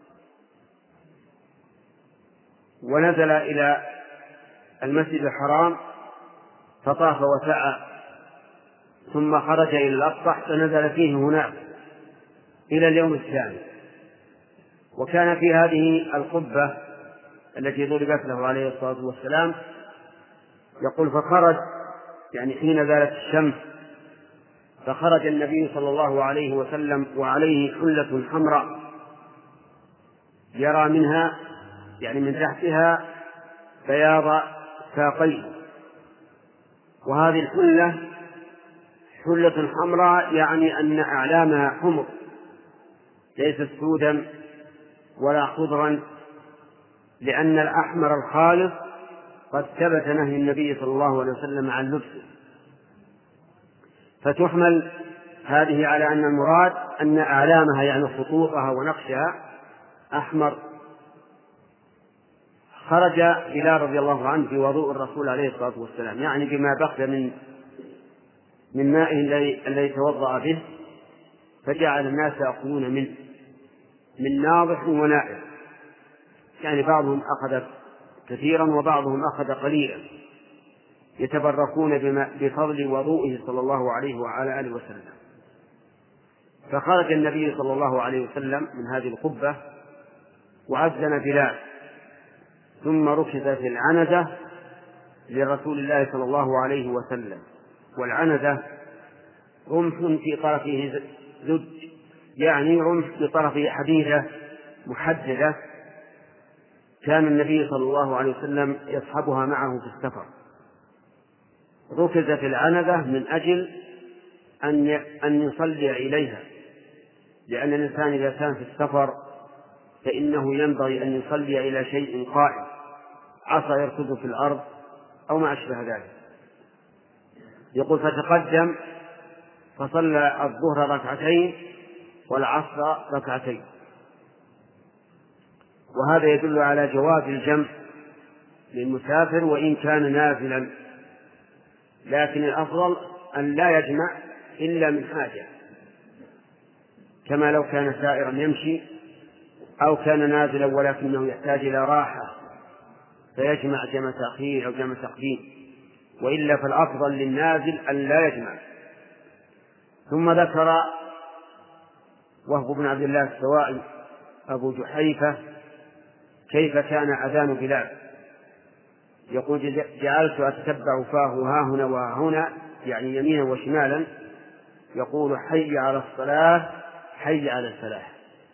ونزل إلى المسجد الحرام فطاف وسعى، ثم خرج إلى الأبطح فنزل فيه هناك إلى اليوم الثاني. وكان في هذه القبة التي ضربت له عليه الصلاة والسلام يقول فخرج، يعني حين زالت الشمس، فخرج النبي صلى الله عليه وسلم وعليه حلة حمراء يرى منها، يعني من تحتها، بياض ساقيه. وهذه الحلة حلة حمراء، يعني أن أعلامها حمر ليست سودا ولا خضرا، لأن الأحمر الخالص قد ثبت نهي النبي صلى الله عليه وسلم عن لبسه. فتحمل هذه على أن المراد أن أعلامها يعني خطوطها ونقشها أحمر. خرج بلال رضي الله عنه في وضوء الرسول عليه الصلاة والسلام، يعني بما بقي من مائه الذي توضأ به، فجعل الناس يأخذون منه من ناضح ونائر، يعني بعضهم أخذ كثيرا وبعضهم أخذ قليلا، يتبركون بفضل وضوئه صلى الله عليه وعلى آله وسلم. فخرج النبي صلى الله عليه وسلم من هذه القبة وأذن بلال، ثم ركزت العنزة لرسول الله صلى الله عليه وسلم. والعنزة رمح في طرفه زج، يعني رمح في طرفه حديدة محددة، كان النبي صلى الله عليه وسلم يصحبها معه في السفر. ركزت العنزة من أجل أن يصلي إليها، لأن الإنسان إذا كان في السفر فإنه ينبغي أن يصلي إلى شيء قائم، عصا يركض في الأرض أو ما أشبه ذلك. يقول فتقدم فصلى الظهر ركعتين والعصر ركعتين. وهذا يدل على جواز الجمع للمسافر وإن كان نازلا، لكن الأفضل أن لا يجمع إلا من حاجة، كما لو كان سائرا يمشي أو كان نازلا ولكنه يحتاج إلى راحة فيجمع جمع تأخير أو جمع تقديم، وإلا فالأفضل للنازل أن لا يجمع. ثم ذكر وهب بن عبد الله السوائي أبو جحيفة كيف كان أذان بلال، يقول جعلت أتتبع فاه ها هنا وها هنا، يعني يمينا وشمالا، يقول حي على الصلاة حي على الفلاح.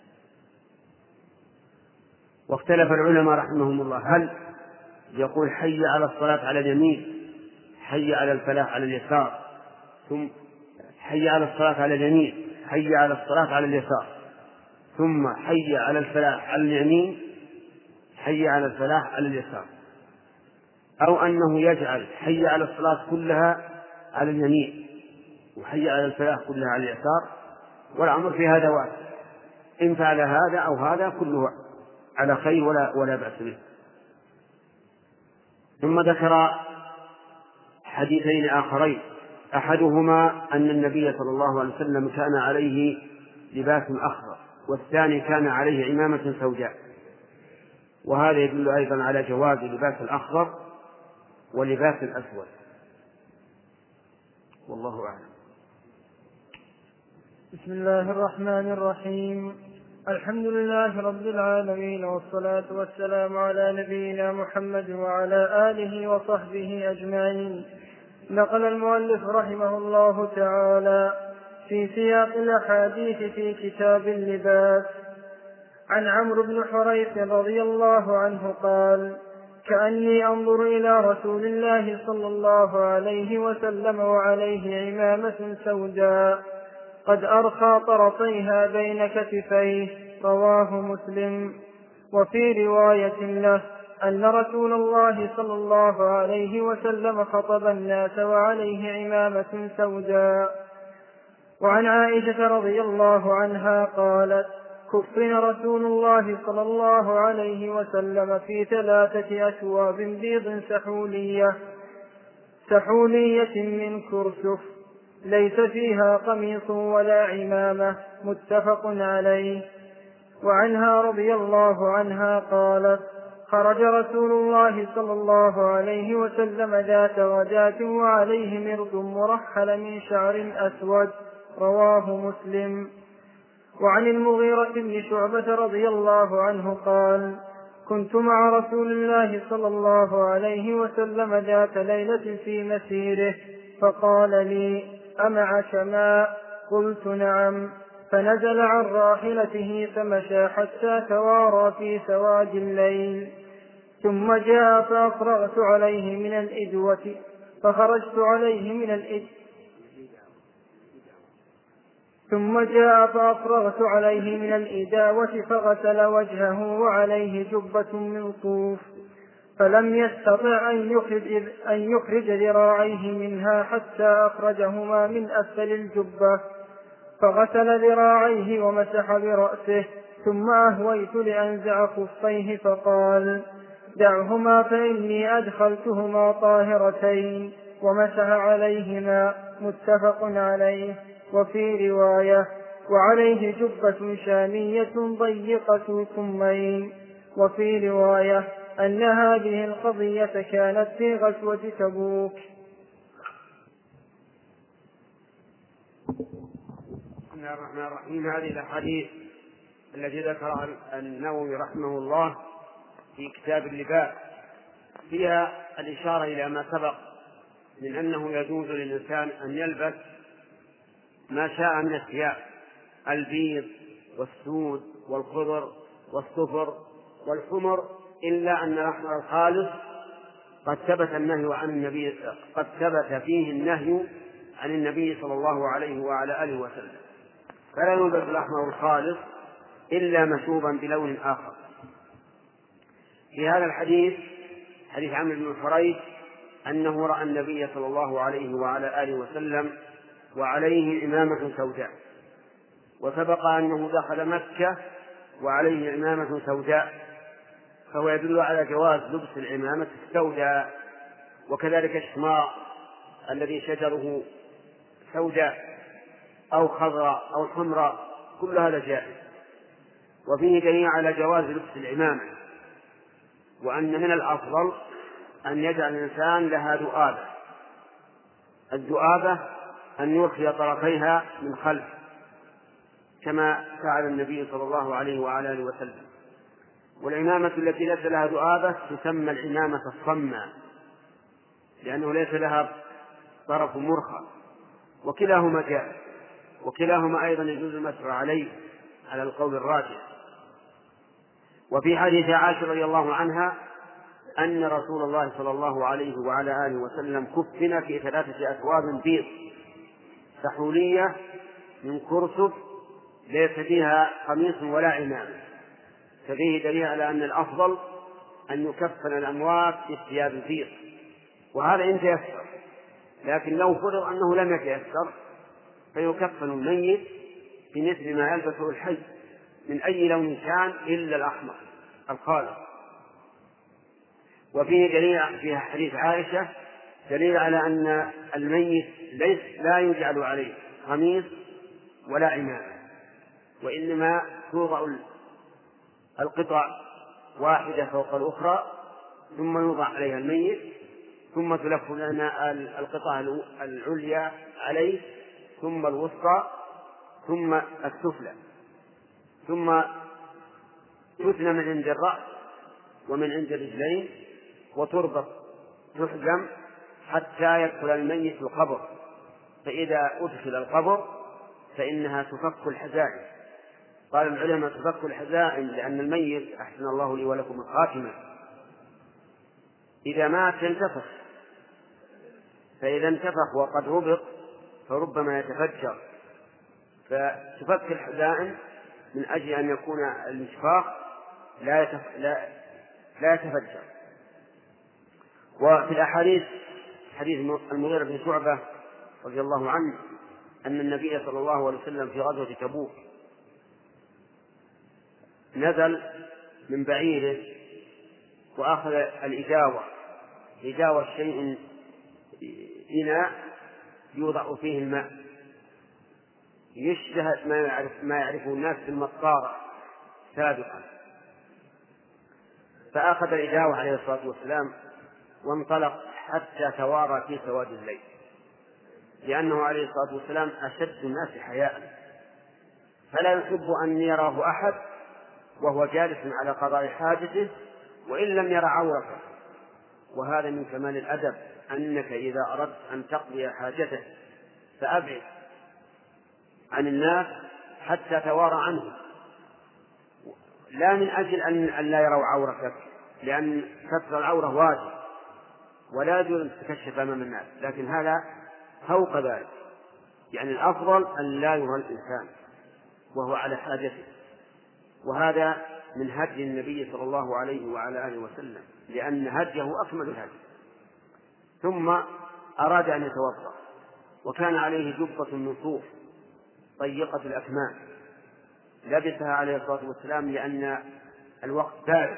واختلف العلماء رحمهم الله، هل يقول حي على الصلاة على اليمين، حي على الفلاح على اليسار، ثم حي على الصلاة على اليمين، حي على الصلاة على اليسار، ثم حي على الفلاح على اليمين، حي على الفلاح على اليسار، أو أنه يجعل حي على الصلاة كلها على اليمين وحي على الفلاح كلها على اليسار. والأمر في هذا واحد، إن فعل هذا أو هذا كله على خير ولا بأس به. ثم ذكر حديثين آخرين، أحدهما أن النبي صلى الله عليه وسلم كان عليه لباس أخضر، والثاني كان عليه عمامة سوداء، وهذا يدل أيضا على جواز لباس الأخضر ولباس الأسود، والله أعلم. بسم الله الرحمن الرحيم. الحمد لله رب العالمين، والصلاة والسلام على نبينا محمد وعلى آله وصحبه أجمعين. نقل المؤلف رحمه الله تعالى في سياق الأحاديث في كتاب اللباس عن عمرو بن حريث رضي الله عنه قال: كأني أنظر إلى رسول الله صلى الله عليه وسلم وعليه عمامة سوداء قد أرخى طرفيها بين كتفيه. رواه مسلم. وفي رواية له أن رسول الله صلى الله عليه وسلم خطب الناس وعليه عمامة سوداء. وعن عائشة رضي الله عنها قالت: كفن رسول الله صلى الله عليه وسلم في 3 أثواب بيض سحولية من كرسف ليس فيها قميص ولا عمامة. متفق عليه. وعنها رضي الله عنها قالت: خرج رسول الله صلى الله عليه وسلم ذات غداة وعليه مرد مرحل من شعر أسود. رواه مسلم. وعن المغيرة بن شعبة رضي الله عنه قال: كنت مع رسول الله صلى الله عليه وسلم ذات ليلة في مسيره فقال لي: أمعك ماء؟ قلت: نعم. فنزل عن راحلته فمشى حتى توارى في سواد الليل، ثم جاء فأفرغت عليه من الإدوة فخرجت عليه من الإداوة فغسل وجهه وعليه جبة من صوف، فلم يستطع أن يخرج ذراعيه منها حتى أخرجهما من أسفل الجبة، فغسل ذراعيه ومسح برأسه، ثم أهويت لأنزع خفيه فقال: دعهما فإني أدخلتهما طاهرتين، ومسح عليهما. متفق عليه. وفي رواية: وعليه جبة شامية ضيقة الكمين. وفي رواية أن هذه القضية كانت في غزوة تبوك. بسم الله الرحمن الرحيم. هذه الأحاديث التي ذكرها النووي رحمه الله في كتاب اللباس فيها الإشارة إلى ما سبق من أنه يجوز للإنسان أن يلبس ما شاء من الثياب: البيض والسود والخضر والصفر والحمر، إلا أن الأحمر الخالص قد ثبت فيه النهي عن النبي صلى الله عليه وعلى آله وسلم، فلا يلبس الأحمر الخالص إلا مشوبا بلون آخر. في هذا الحديث، حديث عمرو بن حريث، أنه رأى النبي صلى الله عليه وعلى آله وسلم وعليه عمامة سوداء، وسبق أنه دخل مكة وعليه عمامة سوداء، فهو يدل على جواز لبس العمامة السوداء، وكذلك الشماء الذي شجره سوداء أو خضراء أو حمراء، كل هذا جائز. وفيه دليل على جواز لبس العمامة، وأن من الأفضل أن يجعل الإنسان لها ذؤابة. الذؤابة أن يرخي طرفيها من خلف كما فعل النبي صلى الله عليه وعلى آله وسلم. والعمامة التي ليس لها ذؤابة تسمى العمامة الصماء، لأنه ليس لها طرف مرخى، وكلاهما جائز، وكلاهما أيضا يجوز المسح عليه على القول الراجح. وفي حديث عائشة رضي الله عنها أن رسول الله صلى الله عليه وعلى آله وسلم كفن في 3 أثواب بيض سحولية من كرسف ليس فيها قميص ولا عمامة، ففيه دليل على أن الأفضل أن يكفن الأموات في الثياب البيض، وهذا إن تيسر. لكن لو فرض أنه لم يتيسر فيكفن الميت بمثل ما يلبسه الحي من أي لون كان إلا الأحمر الخالص. وفيه دليل في حديث عائشة دليل على أن الميت لا يجعل عليه قميص ولا عمامة، وإنما توضع القطع واحدة فوق الأخرى ثم يوضع عليها الميت، ثم تلف لنا القطعة العليا عليه، ثم الوسطى، ثم السفلى، ثم تثنى من عند الرأس ومن عند الرجلين وتربط تحزم حتى يدخل الميت القبر، فإذا أدخل القبر فإنها تفك الحزائم. قال العلماء تفك الحزائم لأن الميت أحسن الله لي ولكم الخاتمة إذا مات ينتفخ، فإذا انتفخ وقد ربط فربما يتفجر، فتفك الحزائم من أجل أن يكون الانتفاخ لا يتفجر. وفي الأحاديث حديث المغيرة بن شعبة رضي الله عنه أن النبي صلى الله عليه وسلم في غزوة تبوك نزل من بعيره وأخذ الإجاوة شيء إناء يوضع فيه الماء يشبه ما يعرفه الناس بالمطارة سابقا، فأخذ الإجاوة عليه الصلاة والسلام وانطلق حتى توارى في سواد الليل، لأنه عليه الصلاة والسلام أشد الناس حياء، فلا يحب أن يراه أحد وهو جالس على قضاء حاجته وإن لم ير عورته. وهذا من كمال الأدب أنك إذا أردت أن تقضي حاجتك فأبعد عن الناس حتى توارى عنه، لا من أجل أن لا يروا عورتك، لأن ستر العورة واجب ولا يجوز أن تتكشف أمام الناس، لكن هذا فوق ذلك، يعني الأفضل أن لا يرى الإنسان وهو على حاجته. وهذا من هدي النبي صلى الله عليه وعلى آله وسلم، لأن هديه أكمل الهدي. ثم أراد أن يتوضأ وكان عليه جبة من صوف ضيقة الأكمام لبسها عليه الصلاة والسلام لأن الوقت بارد،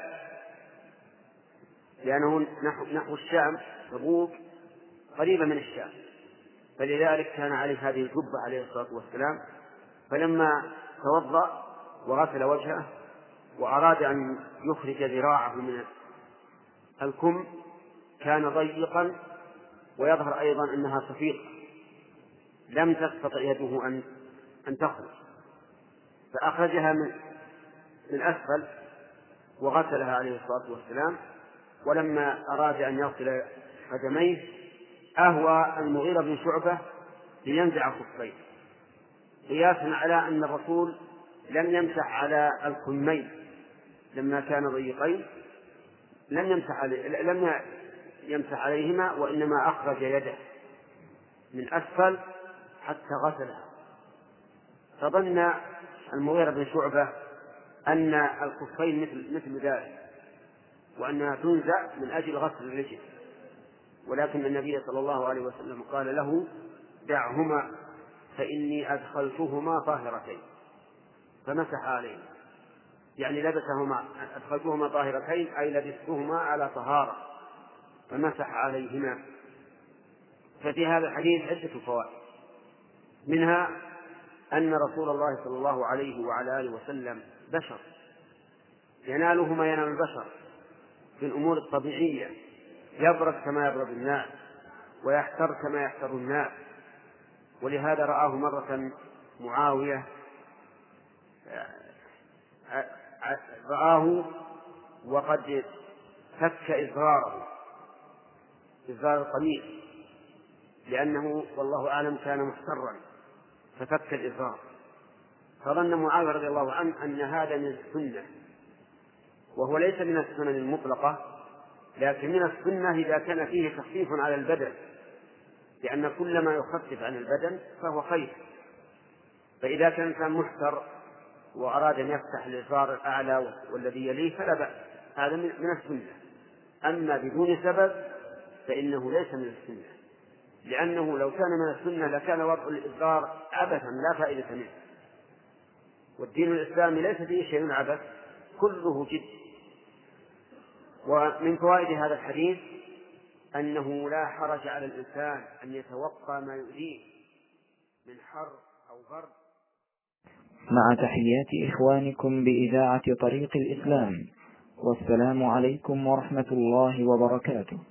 لأنه نحو الشام، تبوك قريبة من الشام، فلذلك كان عليه هذه الجبة عليه الصلاة والسلام. فلما توضأ وغسل وجهه وأراد أن يخرج ذراعه من الكم كان ضيقا ويظهر أيضا أنها صفيقة لم تستطع يده أن تخرج، فأخرجها من أسفل وغسلها عليه الصلاة والسلام. ولما أراد أن يغسل قدميه أهوى المغيرة بن شعبة لينزع خفيه، قياسا على أن الرسول لم يمسح على الكمين لما كان ضيقين، لم يمسح عليهما، وإنما أخرج يده من أسفل حتى غسلها. فظن المغيرة بن شعبة أن الكفين مثل ذلك وأنها تنزع من أجل غسل الرجل، ولكن النبي صلى الله عليه وسلم قال له دعهما فإني أدخلتهما طاهرتين، فمسح عليهما، يعني لبسهما، أدخلتهما طاهرتين أي لبستهما على طهارة فمسح عليهما. ففي هذا الحديث عدة فوائد، منها أن رسول الله صلى الله عليه وعلى آله وسلم بشر يناله ما ينال البشر في الأمور الطبيعية، يبرد كما يبرد الناس ويحتر كما يحتر الناس. ولهذا رآه مرة معاوية، رآه وقد فك إزراره، إزرار القميص، لأنه والله أعلم كان محترا ففك الإزرار، فظن معاوية رضي الله عنه أن هذا من السنة، وهو ليس من السنن المطلقة، لكن من السنة إذا كان فيه تخفيف على البدن، لأن كل ما يخفف عن البدن فهو خير. فإذا كان الإنسان محتر وأراد أن يفتح الإزار الأعلى والذي يليه فلا بأس، هذا من السنة. أما بدون سبب فإنه ليس من السنة، لأنه لو كان من السنة لكان وضع الإزار عبثا لا فائدة منه، والدين الإسلامي ليس فيه شيء عبث، كله جد. ومن فوائد هذا الحديث أنه لا حرج على الإنسان أن يتوقى ما يؤذيه من حر أو برد. مع تحيات إخوانكم بإذاعة طريق الإسلام، والسلام عليكم ورحمة الله وبركاته.